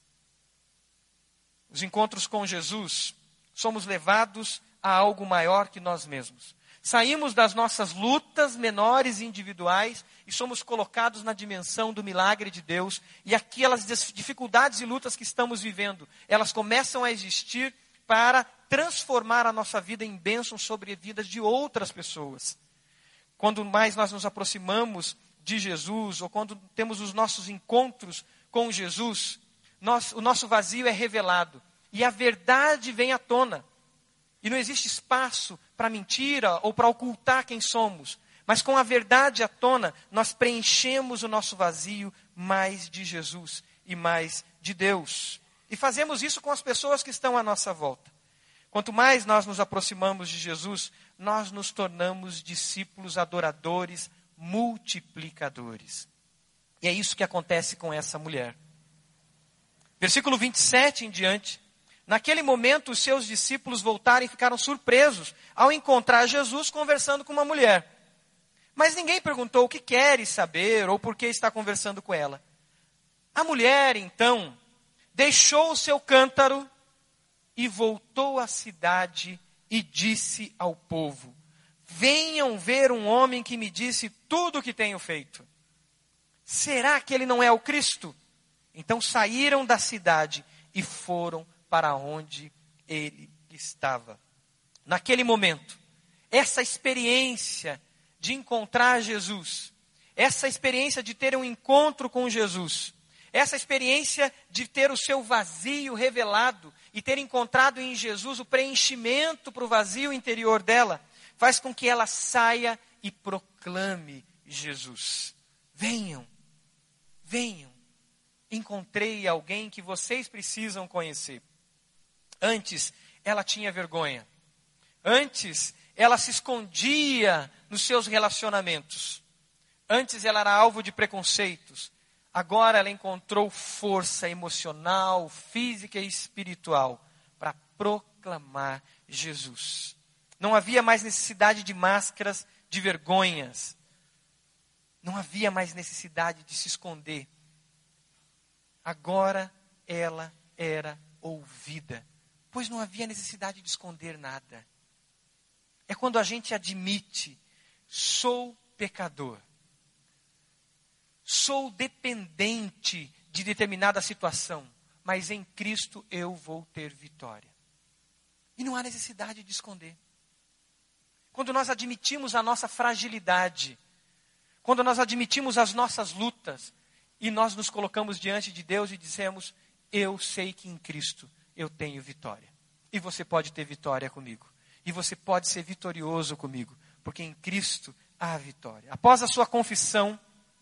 Os encontros com Jesus, somos levados a algo maior que nós mesmos. Saímos das nossas lutas menores e individuais e somos colocados na dimensão do milagre de Deus. E aquelas dificuldades e lutas que estamos vivendo, elas começam a existir para transformar a nossa vida em bênção sobre a vida de outras pessoas. Quando mais nós nos aproximamos de Jesus, ou quando temos os nossos encontros com Jesus, nós, o nosso vazio é revelado. E a verdade vem à tona. E não existe espaço para mentira ou para ocultar quem somos. Mas com a verdade à tona, nós preenchemos o nosso vazio mais de Jesus e mais de Deus. E fazemos isso com as pessoas que estão à nossa volta. Quanto mais nós nos aproximamos de Jesus, nós nos tornamos discípulos adoradores, multiplicadores. E é isso que acontece com essa mulher. Versículo vinte e sete em diante. Naquele momento, os seus discípulos voltaram e ficaram surpresos ao encontrar Jesus conversando com uma mulher. Mas ninguém perguntou o que queres saber ou por que está conversando com ela. A mulher, então, deixou o seu cântaro e voltou à cidade e disse ao povo: venham ver um homem que me disse tudo o que tenho feito. Será que ele não é o Cristo? Então saíram da cidade e foram para onde ele estava. Naquele momento, essa experiência de encontrar Jesus, essa experiência de ter um encontro com Jesus, essa experiência de ter o seu vazio revelado e ter encontrado em Jesus o preenchimento para o vazio interior dela, faz com que ela saia e proclame Jesus. Venham, venham, encontrei alguém que vocês precisam conhecer. Antes, ela tinha vergonha. Antes, ela se escondia nos seus relacionamentos. Antes, ela era alvo de preconceitos. Agora, ela encontrou força emocional, física e espiritual para proclamar Jesus. Não havia mais necessidade de máscaras, de vergonhas. Não havia mais necessidade de se esconder. Agora, ela era ouvida. Pois não havia necessidade de esconder nada. É quando a gente admite, sou pecador. Sou dependente de determinada situação, mas em Cristo eu vou ter vitória. E não há necessidade de esconder. Quando nós admitimos a nossa fragilidade, quando nós admitimos as nossas lutas, e nós nos colocamos diante de Deus e dizemos, eu sei que em Cristo eu tenho vitória. E você pode ter vitória comigo. E você pode ser vitorioso comigo. Porque em Cristo há vitória. Após a sua confissão,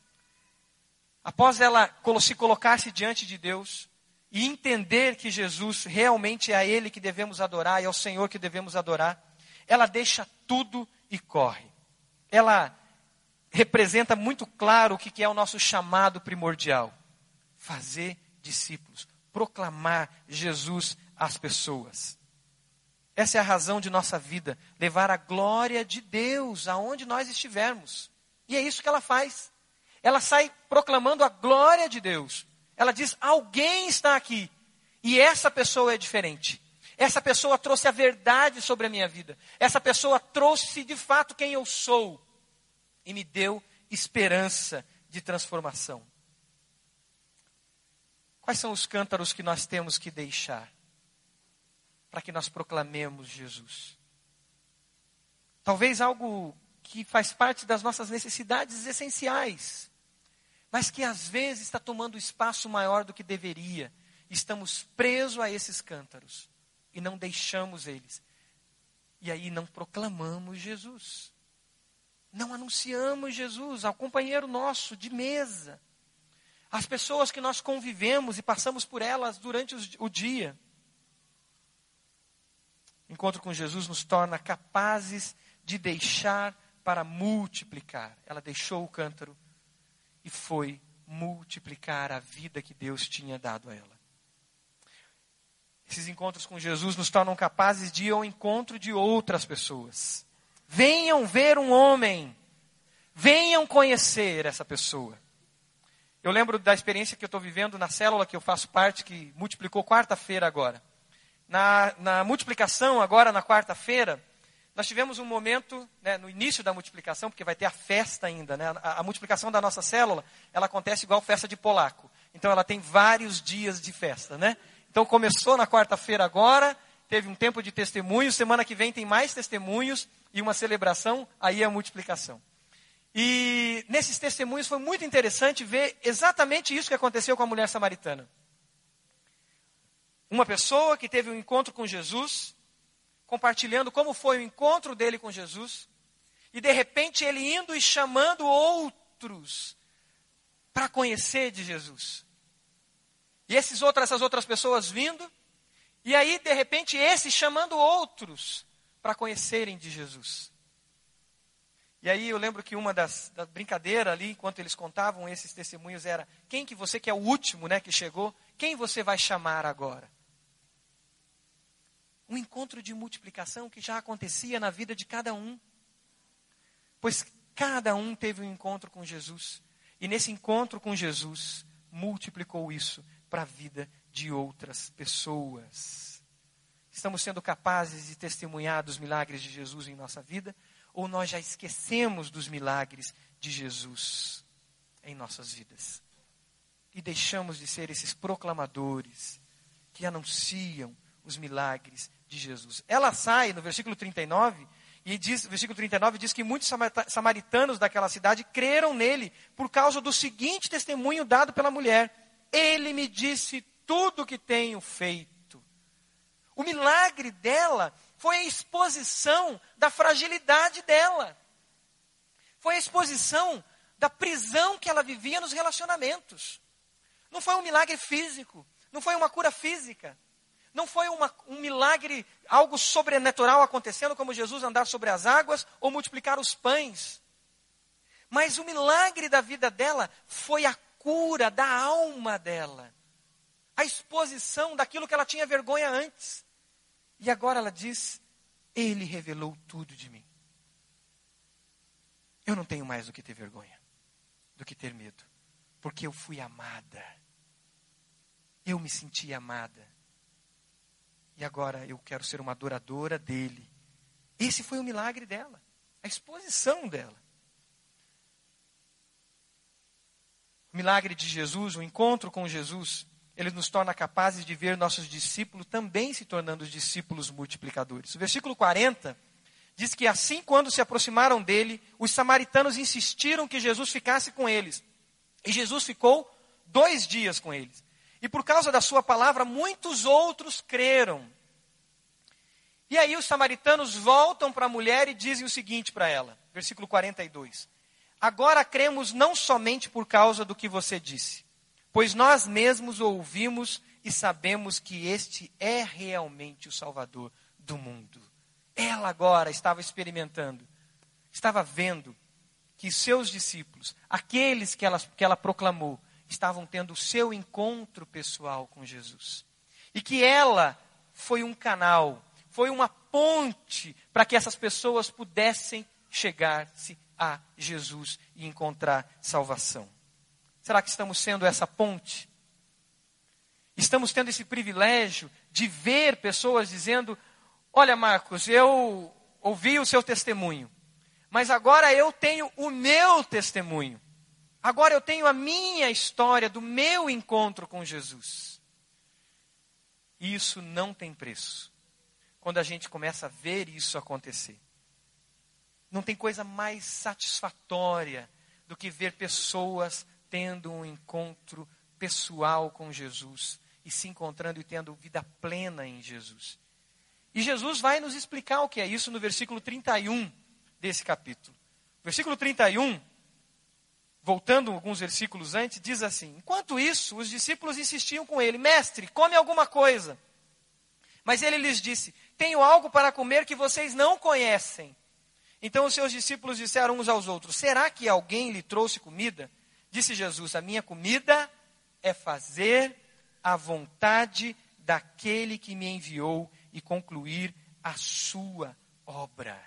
após ela se colocar-se diante de Deus e entender que Jesus realmente é a Ele que devemos adorar, e é o Senhor que devemos adorar, ela deixa tudo e corre. Ela representa muito claro o que é o nosso chamado primordial. Fazer discípulos. Proclamar Jesus às pessoas. Essa é a razão de nossa vida. Levar a glória de Deus aonde nós estivermos. E é isso que ela faz. Ela sai proclamando a glória de Deus. Ela diz, alguém está aqui. E essa pessoa é diferente. Essa pessoa trouxe a verdade sobre a minha vida. Essa pessoa trouxe de fato quem eu sou. E me deu esperança de transformação. Quais são os cântaros que nós temos que deixar para que nós proclamemos Jesus? Talvez algo que faz parte das nossas necessidades essenciais, mas que às vezes está tomando espaço maior do que deveria. Estamos presos a esses cântaros e não deixamos eles. E aí não proclamamos Jesus. Não anunciamos Jesus ao companheiro nosso de mesa. As pessoas que nós convivemos e passamos por elas durante o dia. O encontro com Jesus nos torna capazes de deixar para multiplicar. Ela deixou o cântaro e foi multiplicar a vida que Deus tinha dado a ela. Esses encontros com Jesus nos tornam capazes de ir ao encontro de outras pessoas. Venham ver um homem. Venham conhecer essa pessoa. Eu lembro da experiência que eu estou vivendo na célula que eu faço parte, que multiplicou quarta-feira agora. Na, na multiplicação agora, na quarta-feira, nós tivemos um momento, né, no início da multiplicação, porque vai ter a festa ainda. Né? A, a multiplicação da nossa célula, ela acontece igual festa de polaco. Então ela tem vários dias de festa, né? Então começou na quarta-feira agora, teve um tempo de testemunhos, semana que vem tem mais testemunhos e uma celebração, aí é a multiplicação. E nesses testemunhos foi muito interessante ver exatamente isso que aconteceu com a mulher samaritana. Uma pessoa que teve um encontro com Jesus, compartilhando como foi o encontro dele com Jesus, e de repente ele indo e chamando outros para conhecer de Jesus. E esses outros, essas outras pessoas vindo, e aí, de repente, esse chamando outros para conhecerem de Jesus. E aí eu lembro que uma das, das brincadeiras ali, enquanto eles contavam esses testemunhos, era: quem que você, que é o último, né, que chegou, quem você vai chamar agora? Um encontro de multiplicação que já acontecia na vida de cada um. Pois cada um teve um encontro com Jesus. E nesse encontro com Jesus, multiplicou isso para a vida de outras pessoas. Estamos sendo capazes de testemunhar dos milagres de Jesus em nossa vida? Ou nós já esquecemos dos milagres de Jesus em nossas vidas? E deixamos de ser esses proclamadores que anunciam os milagres de Jesus. Ela sai no versículo trinta e nove, e diz, versículo trinta e nove diz que muitos samaritanos daquela cidade creram nele por causa do seguinte testemunho dado pela mulher: ele me disse tudo o que tenho feito. O milagre dela foi a exposição da fragilidade dela. Foi a exposição da prisão que ela vivia nos relacionamentos. Não foi um milagre físico, não foi uma cura física. Não foi uma, um milagre, algo sobrenatural acontecendo, como Jesus andar sobre as águas ou multiplicar os pães. Mas o milagre da vida dela foi a cura da alma dela. A exposição daquilo que ela tinha vergonha antes. E agora ela diz: ele revelou tudo de mim. Eu não tenho mais do que ter vergonha, do que ter medo. Porque eu fui amada. Eu me senti amada. E agora eu quero ser uma adoradora dele. Esse foi o milagre dela. A exposição dela. O milagre de Jesus, o encontro com Jesus, ele nos torna capazes de ver nossos discípulos também se tornando discípulos multiplicadores. O versículo quarenta diz que assim, quando se aproximaram dele, os samaritanos insistiram que Jesus ficasse com eles. E Jesus ficou dois dias com eles. E por causa da sua palavra, muitos outros creram. E aí os samaritanos voltam para a mulher e dizem o seguinte para ela. Versículo quarenta e dois. Agora cremos não somente por causa do que você disse, pois nós mesmos ouvimos e sabemos que este é realmente o Salvador do mundo. Ela agora estava experimentando, estava vendo que seus discípulos, aqueles que ela, que ela proclamou, estavam tendo o seu encontro pessoal com Jesus. E que ela foi um canal, foi uma ponte para que essas pessoas pudessem chegar-se a Jesus e encontrar salvação. Será que estamos sendo essa ponte? Estamos tendo esse privilégio de ver pessoas dizendo: olha, Marcos, eu ouvi o seu testemunho, mas agora eu tenho o meu testemunho. Agora eu tenho a minha história do meu encontro com Jesus. E isso não tem preço. Quando a gente começa a ver isso acontecer. Não tem coisa mais satisfatória do que ver pessoas tendo um encontro pessoal com Jesus. E se encontrando e tendo vida plena em Jesus. E Jesus vai nos explicar o que é isso no versículo trinta e um desse capítulo. Versículo trinta e um... voltando alguns versículos antes, diz assim: enquanto isso, os discípulos insistiam com ele: mestre, come alguma coisa. Mas ele lhes disse: tenho algo para comer que vocês não conhecem. Então os seus discípulos disseram uns aos outros: será que alguém lhe trouxe comida? Disse Jesus: a minha comida é fazer a vontade daquele que me enviou e concluir a sua obra.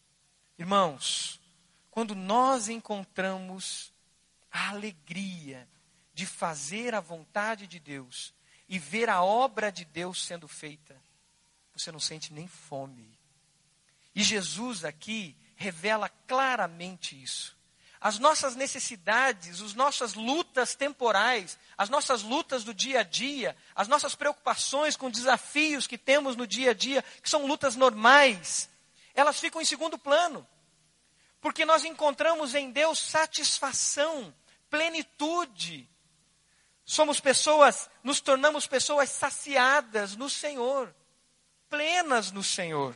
Irmãos, quando nós encontramos a alegria de fazer a vontade de Deus e ver a obra de Deus sendo feita, você não sente nem fome. E Jesus aqui revela claramente isso. As nossas necessidades, as nossas lutas temporais, as nossas lutas do dia a dia, as nossas preocupações com desafios que temos no dia a dia, que são lutas normais, elas ficam em segundo plano. Porque nós encontramos em Deus satisfação, plenitude. Somos pessoas, nos tornamos pessoas saciadas no Senhor, plenas no Senhor.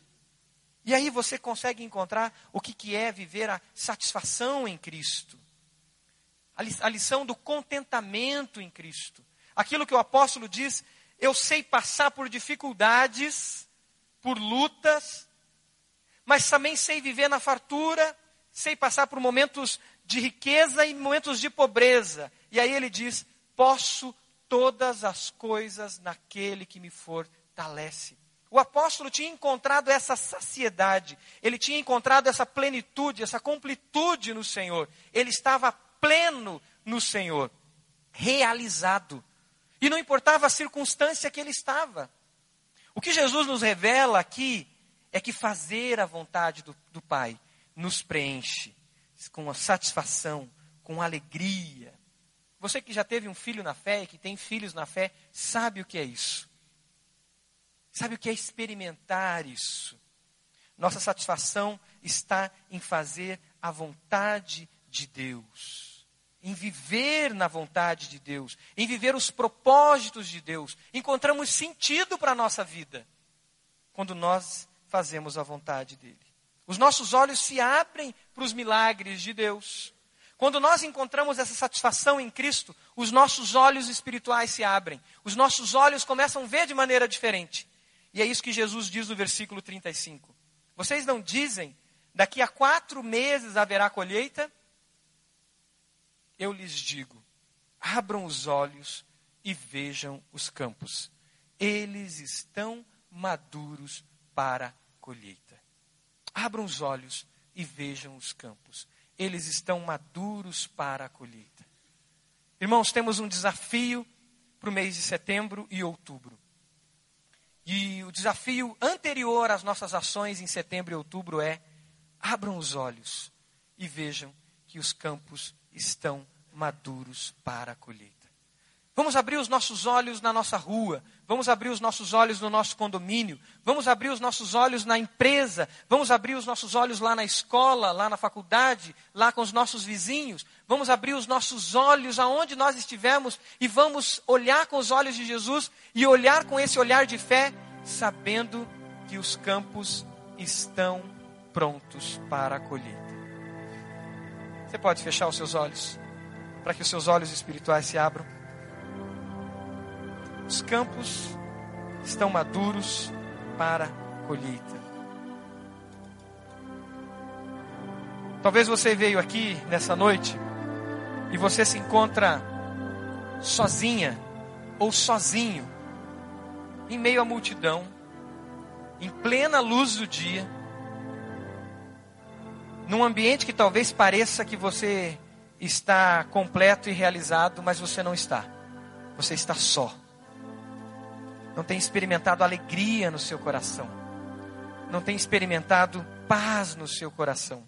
E aí você consegue encontrar o que, que é viver a satisfação em Cristo. A, li, a lição do contentamento em Cristo. Aquilo que o apóstolo diz: eu sei passar por dificuldades, por lutas, mas também sei viver na fartura, sei passar por momentos de riqueza e momentos de pobreza. E aí ele diz: posso todas as coisas naquele que me fortalece. O apóstolo tinha encontrado essa saciedade, ele tinha encontrado essa plenitude, essa completude no Senhor. Ele estava pleno no Senhor, realizado. E não importava a circunstância que ele estava. O que Jesus nos revela aqui é que fazer a vontade do, do Pai nos preenche com a satisfação, com alegria. Você que já teve um filho na fé e que tem filhos na fé, sabe o que é isso. Sabe o que é experimentar isso? Nossa satisfação está em fazer a vontade de Deus. Em viver na vontade de Deus. Em viver os propósitos de Deus. Encontramos sentido para a nossa vida quando nós fazemos a vontade dele. Os nossos olhos se abrem para os milagres de Deus. Quando nós encontramos essa satisfação em Cristo, os nossos olhos espirituais se abrem. Os nossos olhos começam a ver de maneira diferente. E é isso que Jesus diz no versículo trinta e cinco. Vocês não dizem, daqui a quatro meses haverá colheita? Eu lhes digo, abram os olhos e vejam os campos. Eles estão maduros para a colheita. Abram os olhos e vejam os campos. Eles estão maduros para a colheita. Irmãos, temos um desafio para o mês de setembro e outubro. E o desafio anterior às nossas ações em setembro e outubro é: abram os olhos e vejam que os campos estão maduros para a colheita. Vamos abrir os nossos olhos na nossa rua, vamos abrir os nossos olhos no nosso condomínio, vamos abrir os nossos olhos na empresa, vamos abrir os nossos olhos lá na escola, lá na faculdade, lá com os nossos vizinhos, vamos abrir os nossos olhos aonde nós estivermos e vamos olhar com os olhos de Jesus e olhar com esse olhar de fé, sabendo que os campos estão prontos para a colheita. Você pode fechar os seus olhos, para que os seus olhos espirituais se abram. Os campos estão maduros para a colheita. Talvez você veio aqui nessa noite e você se encontra sozinha ou sozinho, em meio à multidão, em plena luz do dia, num ambiente que talvez pareça que você está completo e realizado, mas você não está. Você está só. Não tem experimentado alegria no seu coração. Não tem experimentado paz no seu coração.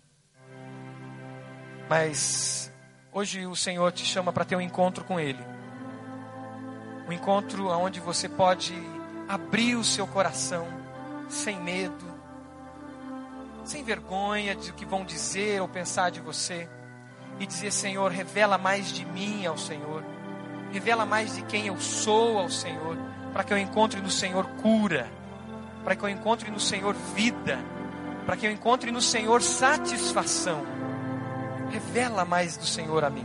Mas hoje o Senhor te chama para ter um encontro com Ele. Um encontro onde você pode abrir o seu coração sem medo, sem vergonha do que vão dizer ou pensar de você. E dizer: Senhor, revela mais de mim ao Senhor. Revela mais de quem eu sou ao Senhor. Para que eu encontre no Senhor cura, para que eu encontre no Senhor vida, para que eu encontre no Senhor satisfação. Revela mais do Senhor a mim.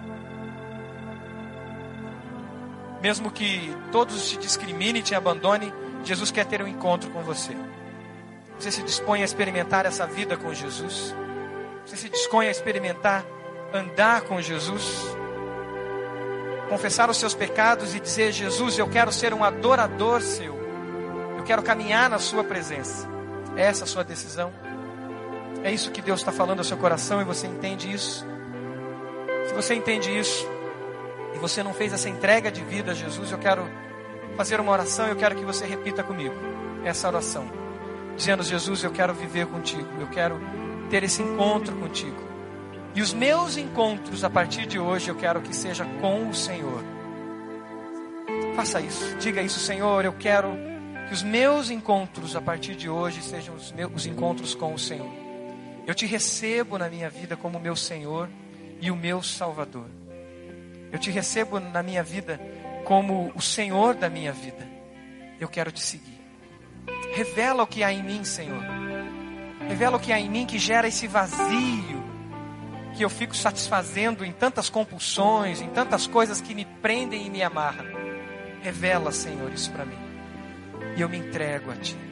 Mesmo que todos te discriminem e te abandonem, Jesus quer ter um encontro com você. Você se dispõe a experimentar essa vida com Jesus? Você se dispõe a experimentar andar com Jesus, confessar os seus pecados e dizer: Jesus, eu quero ser um adorador seu, eu quero caminhar na sua presença. É essa a sua decisão? É isso que Deus está falando ao seu coração e você entende isso? Se você entende isso e você não fez essa entrega de vida a Jesus, eu quero fazer uma oração e eu quero que você repita comigo essa oração, dizendo: Jesus, eu quero viver contigo, eu quero ter esse encontro contigo. E os meus encontros a partir de hoje eu quero que seja com o Senhor. Faça isso, diga isso: Senhor, eu quero que os meus encontros a partir de hoje sejam os meus os encontros com o Senhor. Eu te recebo na minha vida como meu Senhor e o meu Salvador. Eu te recebo na minha vida como o Senhor da minha vida. Eu quero te seguir. Revela o que há em mim, Senhor. Revela o que há em mim que gera esse vazio, que eu fico satisfazendo em tantas compulsões, em tantas coisas que me prendem e me amarram. Revela, Senhor, isso para mim. E eu me entrego a Ti.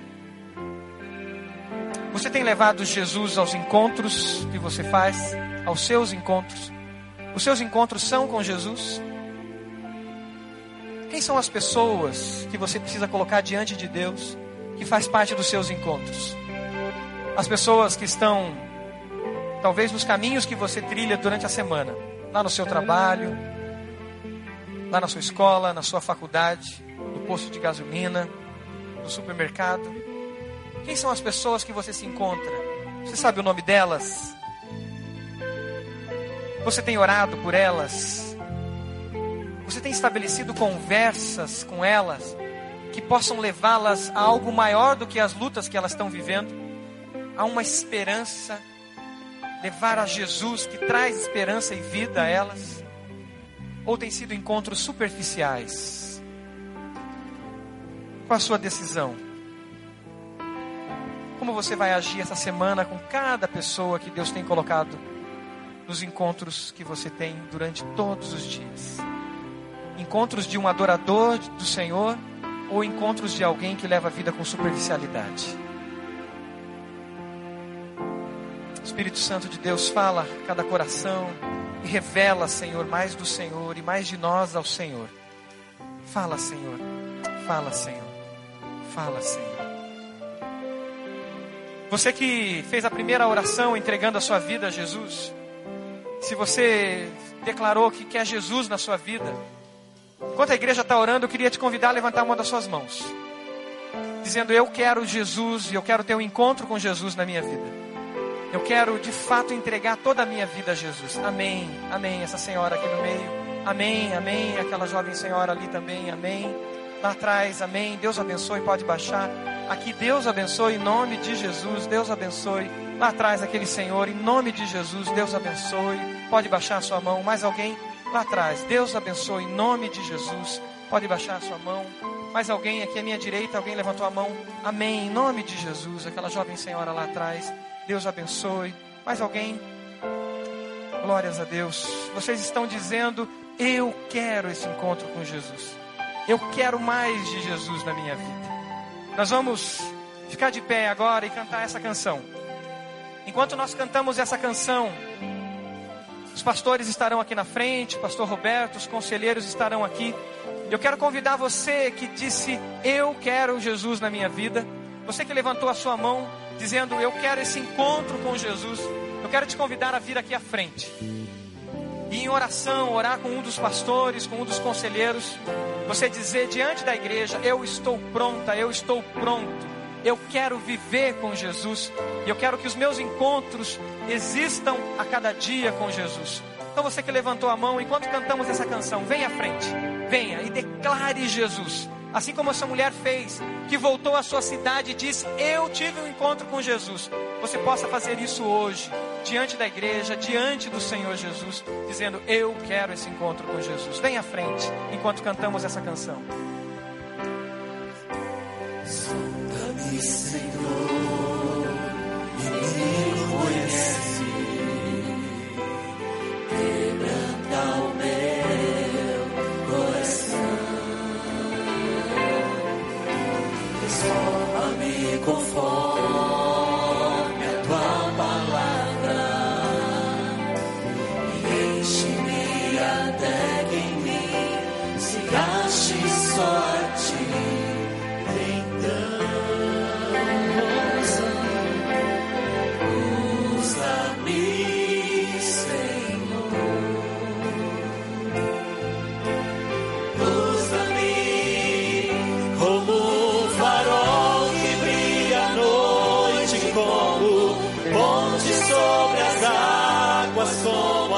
Você tem levado Jesus aos encontros que você faz? Aos seus encontros? Os seus encontros são com Jesus? Quem são as pessoas que você precisa colocar diante de Deus, que faz parte dos seus encontros? As pessoas que estão, talvez, nos caminhos que você trilha durante a semana, lá no seu trabalho, lá na sua escola, na sua faculdade, no posto de gasolina, no supermercado. Quem são as pessoas que você se encontra? Você sabe o nome delas? Você tem orado por elas? Você tem estabelecido conversas com elas que possam levá-las a algo maior do que as lutas que elas estão vivendo? A uma esperança, levar a Jesus que traz esperança e vida a elas? Ou tem sido encontros superficiais? Qual a sua decisão? Como você vai agir essa semana com cada pessoa que Deus tem colocado nos encontros que você tem durante todos os dias? Encontros de um adorador do Senhor ou encontros de alguém que leva a vida com superficialidade? Espírito Santo de Deus, fala a cada coração e revela, Senhor, mais do Senhor e mais de nós ao Senhor. Fala, Senhor. Fala, Senhor. Fala, Senhor. Você que fez a primeira oração entregando a sua vida a Jesus, se você declarou que quer Jesus na sua vida, enquanto a igreja está orando, eu queria te convidar a levantar uma das suas mãos, dizendo: eu quero Jesus e eu quero ter um encontro com Jesus na minha vida. Eu quero de fato entregar toda a minha vida a Jesus. Amém, amém. Essa senhora aqui no meio, amém, amém. Aquela jovem senhora ali também, amém. Lá atrás, amém. Deus abençoe, pode baixar. Aqui, Deus abençoe, em nome de Jesus. Deus abençoe. Lá atrás, aquele senhor, em nome de Jesus. Deus abençoe, pode baixar a sua mão. Mais alguém? Lá atrás, Deus abençoe, em nome de Jesus. Pode baixar a sua mão. Mais alguém? Aqui à minha direita, alguém levantou a mão. Amém, em nome de Jesus. Aquela jovem senhora lá atrás, Deus abençoe. Mais alguém? Glórias a Deus. Vocês estão dizendo: eu quero esse encontro com Jesus. Eu quero mais de Jesus na minha vida. Nós vamos ficar de pé agora e cantar essa canção. Enquanto nós cantamos essa canção, os pastores estarão aqui na frente, o pastor Roberto, os conselheiros estarão aqui. Eu quero convidar você que disse: eu quero Jesus na minha vida. Você que levantou a sua mão dizendo: eu quero esse encontro com Jesus. Eu quero te convidar a vir aqui à frente e em oração, orar com um dos pastores, com um dos conselheiros. Você dizer diante da igreja: eu estou pronta, eu estou pronto. Eu quero viver com Jesus. E eu quero que os meus encontros existam a cada dia com Jesus. Então você que levantou a mão, enquanto cantamos essa canção, venha à frente. Venha e declare Jesus. Assim como essa mulher fez, que voltou à sua cidade e disse: eu tive um encontro com Jesus. Você possa fazer isso hoje, diante da igreja, diante do Senhor Jesus, dizendo: eu quero esse encontro com Jesus. Venha à frente, enquanto cantamos essa canção. Sonda-me, Senhor, e me conhece. Quebranta o meu coração. Transforma-me conforme a tua palavra.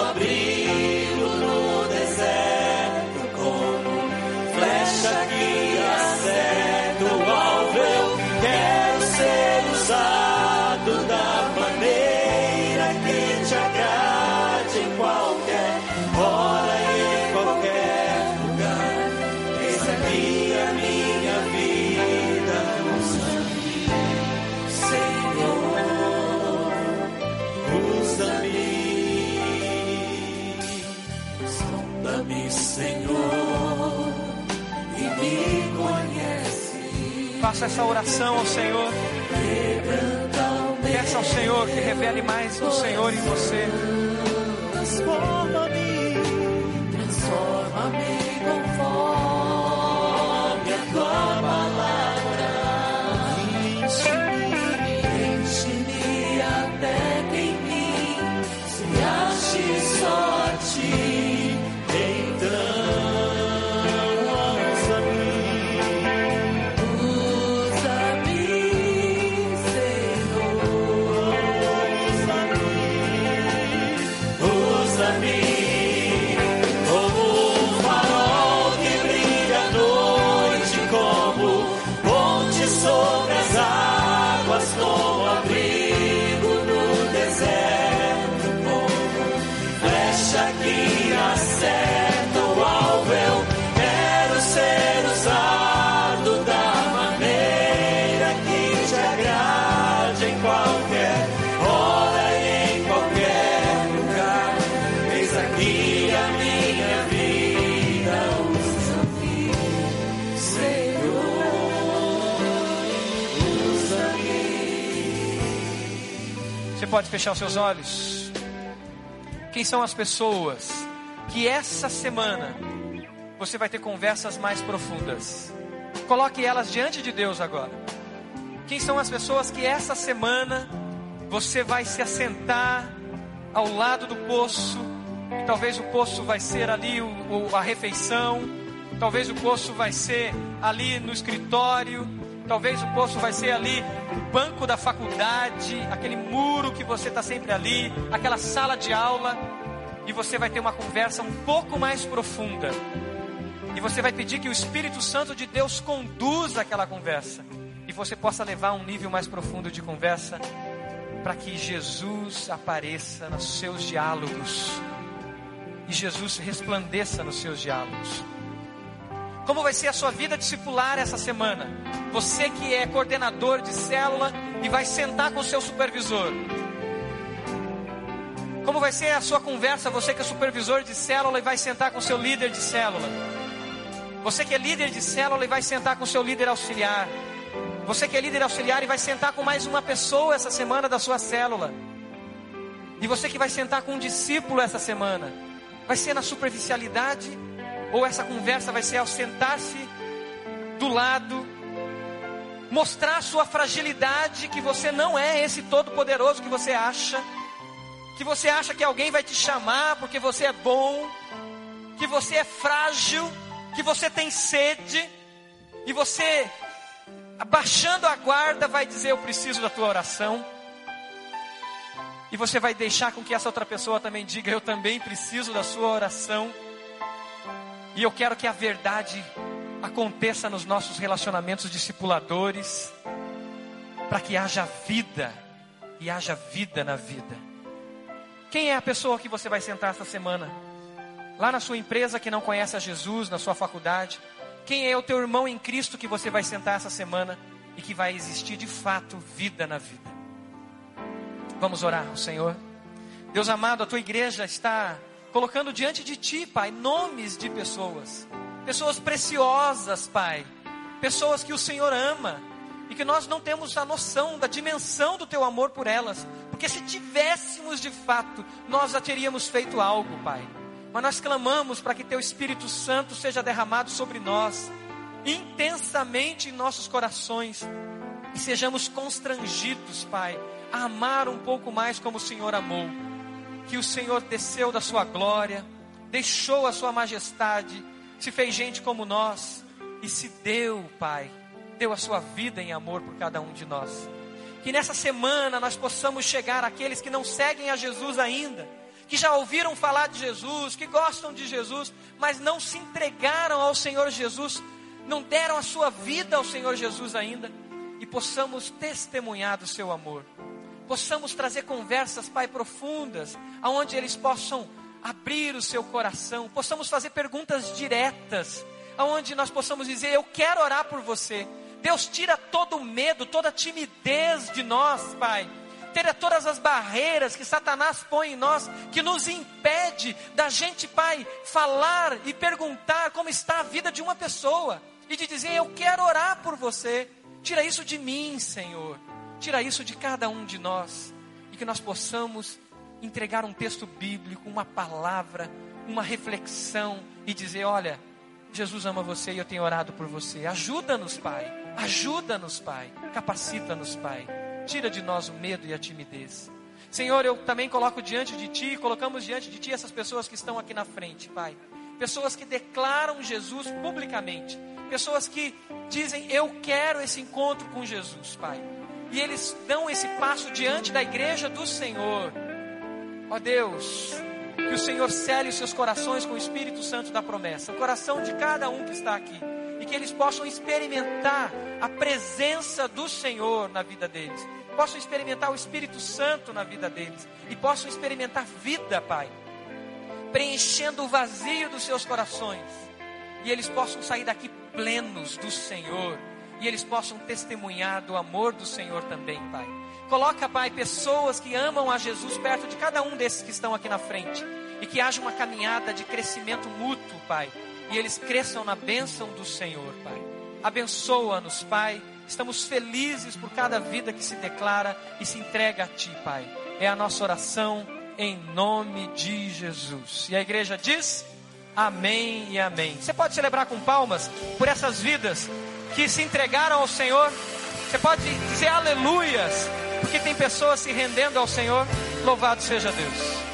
abrigo no deserto, como flecha que acerta o alvo. Eu quero ser usado da maneira que te agrade, em qualquer hora e em qualquer lugar. Eis aqui a minha vida, usa-me, Senhor, usa-me. Sonda-me, Senhor, e me conhece. Faça essa oração ao Senhor. Peça ao Senhor que revele mais do Senhor em você. Transforma-me, transforma-me conforme a tua palavra. Enche-me, enche-me até que em mim se ache só a ti. Então, usa-me, usa-me, Senhor, usa-me, usa-me. Como um farol que brilha à noite, como ponte sobre as águas, como abrigo no deserto, como flecha que acerta o alvo. Eu quero ser usado da maneira que te agrade, em qualquer hora e em qualquer lugar. Eis aqui a minha vida, usa-me, Senhor, usa-me. Você pode fechar os seus olhos? Quem são as pessoas que essa semana você vai ter conversas mais profundas? Coloque elas diante de Deus agora. Quem são as pessoas que essa semana você vai se assentar ao lado do poço? E talvez o poço vai ser ali o, o, a refeição. Talvez o poço vai ser ali no escritório. Talvez o poço vai ser ali o banco da faculdade, aquele muro que você está sempre ali, aquela sala de aula. E você vai ter uma conversa um pouco mais profunda. E você vai pedir que o Espírito Santo de Deus conduza aquela conversa. E você possa levar a um nível mais profundo de conversa, para que Jesus apareça nos seus diálogos. E Jesus resplandeça nos seus diálogos. Como vai ser a sua vida discipular essa semana? Você que é coordenador de célula e vai sentar com o seu supervisor. Como vai ser a sua conversa? Você que é supervisor de célula e vai sentar com o seu líder de célula. Você que é líder de célula e vai sentar com o seu líder auxiliar. Você que é líder auxiliar e vai sentar com mais uma pessoa essa semana da sua célula. E você que vai sentar com um discípulo essa semana. Vai ser na superficialidade? Ou essa conversa vai ser ao sentar-se do lado, mostrar a sua fragilidade, que você não é esse todo poderoso que você acha, que você acha que alguém vai te chamar porque você é bom, que você é frágil, que você tem sede, e você, abaixando a guarda, vai dizer: eu preciso da tua oração. E você vai deixar com que essa outra pessoa também diga: eu também preciso da sua oração. E eu quero que a verdade aconteça nos nossos relacionamentos discipuladores, para que haja vida, e haja vida na vida. Quem é a pessoa que você vai sentar essa semana? Lá na sua empresa que não conhece a Jesus, na sua faculdade. Quem é o teu irmão em Cristo que você vai sentar essa semana e que vai existir de fato vida na vida? Vamos orar ao Senhor. Deus amado, a tua igreja está colocando diante de ti, Pai, nomes de pessoas, pessoas preciosas, Pai, pessoas que o Senhor ama, e que nós não temos a noção da dimensão do teu amor por elas, porque se tivéssemos de fato, nós já teríamos feito algo, Pai. Mas nós clamamos para que teu Espírito Santo seja derramado sobre nós, intensamente em nossos corações, e sejamos constrangidos, Pai, a amar um pouco mais como o Senhor amou. Que o Senhor desceu da sua glória, deixou a sua majestade, se fez gente como nós, e se deu, Pai, deu a sua vida em amor por cada um de nós. Que nessa semana nós possamos chegar àqueles que não seguem a Jesus ainda, que já ouviram falar de Jesus, que gostam de Jesus, mas não se entregaram ao Senhor Jesus, não deram a sua vida ao Senhor Jesus ainda, e possamos testemunhar do seu amor, possamos trazer conversas, Pai, profundas, aonde eles possam abrir o seu coração, possamos fazer perguntas diretas, aonde nós possamos dizer, eu quero orar por você. Deus, tira todo o medo, toda a timidez de nós, Pai. Tira todas as barreiras que Satanás põe em nós, que nos impede da gente, Pai, falar e perguntar como está a vida de uma pessoa, e de dizer, eu quero orar por você. Tira isso de mim, Senhor. Tira isso de cada um de nós, e que nós possamos entregar um texto bíblico, uma palavra, uma reflexão, e dizer, olha, Jesus ama você e eu tenho orado por você. Ajuda-nos, Pai. Ajuda-nos, Pai. Capacita-nos, Pai. Tira de nós o medo e a timidez. Senhor, eu também coloco diante de Ti, colocamos diante de Ti essas pessoas que estão aqui na frente, Pai. Pessoas que declaram Jesus publicamente. Pessoas que dizem, eu quero esse encontro com Jesus, Pai. E eles dão esse passo diante da igreja do Senhor. Ó Deus, que o Senhor cele os seus corações com o Espírito Santo da promessa, o coração de cada um que está aqui, e que eles possam experimentar a presença do Senhor na vida deles, possam experimentar o Espírito Santo na vida deles, e possam experimentar vida, Pai, preenchendo o vazio dos seus corações, e eles possam sair daqui plenos do Senhor, e eles possam testemunhar do amor do Senhor também, Pai. Coloca, Pai, pessoas que amam a Jesus perto de cada um desses que estão aqui na frente, e que haja uma caminhada de crescimento mútuo, Pai, e eles cresçam na bênção do Senhor, Pai. Abençoa-nos, Pai. Estamos felizes por cada vida que se declara e se entrega a Ti, Pai. É a nossa oração em nome de Jesus. E a igreja diz amém e amém. Você pode celebrar com palmas por essas vidas que se entregaram ao Senhor. Você pode dizer aleluias, porque tem pessoas se rendendo ao Senhor. Louvado seja Deus.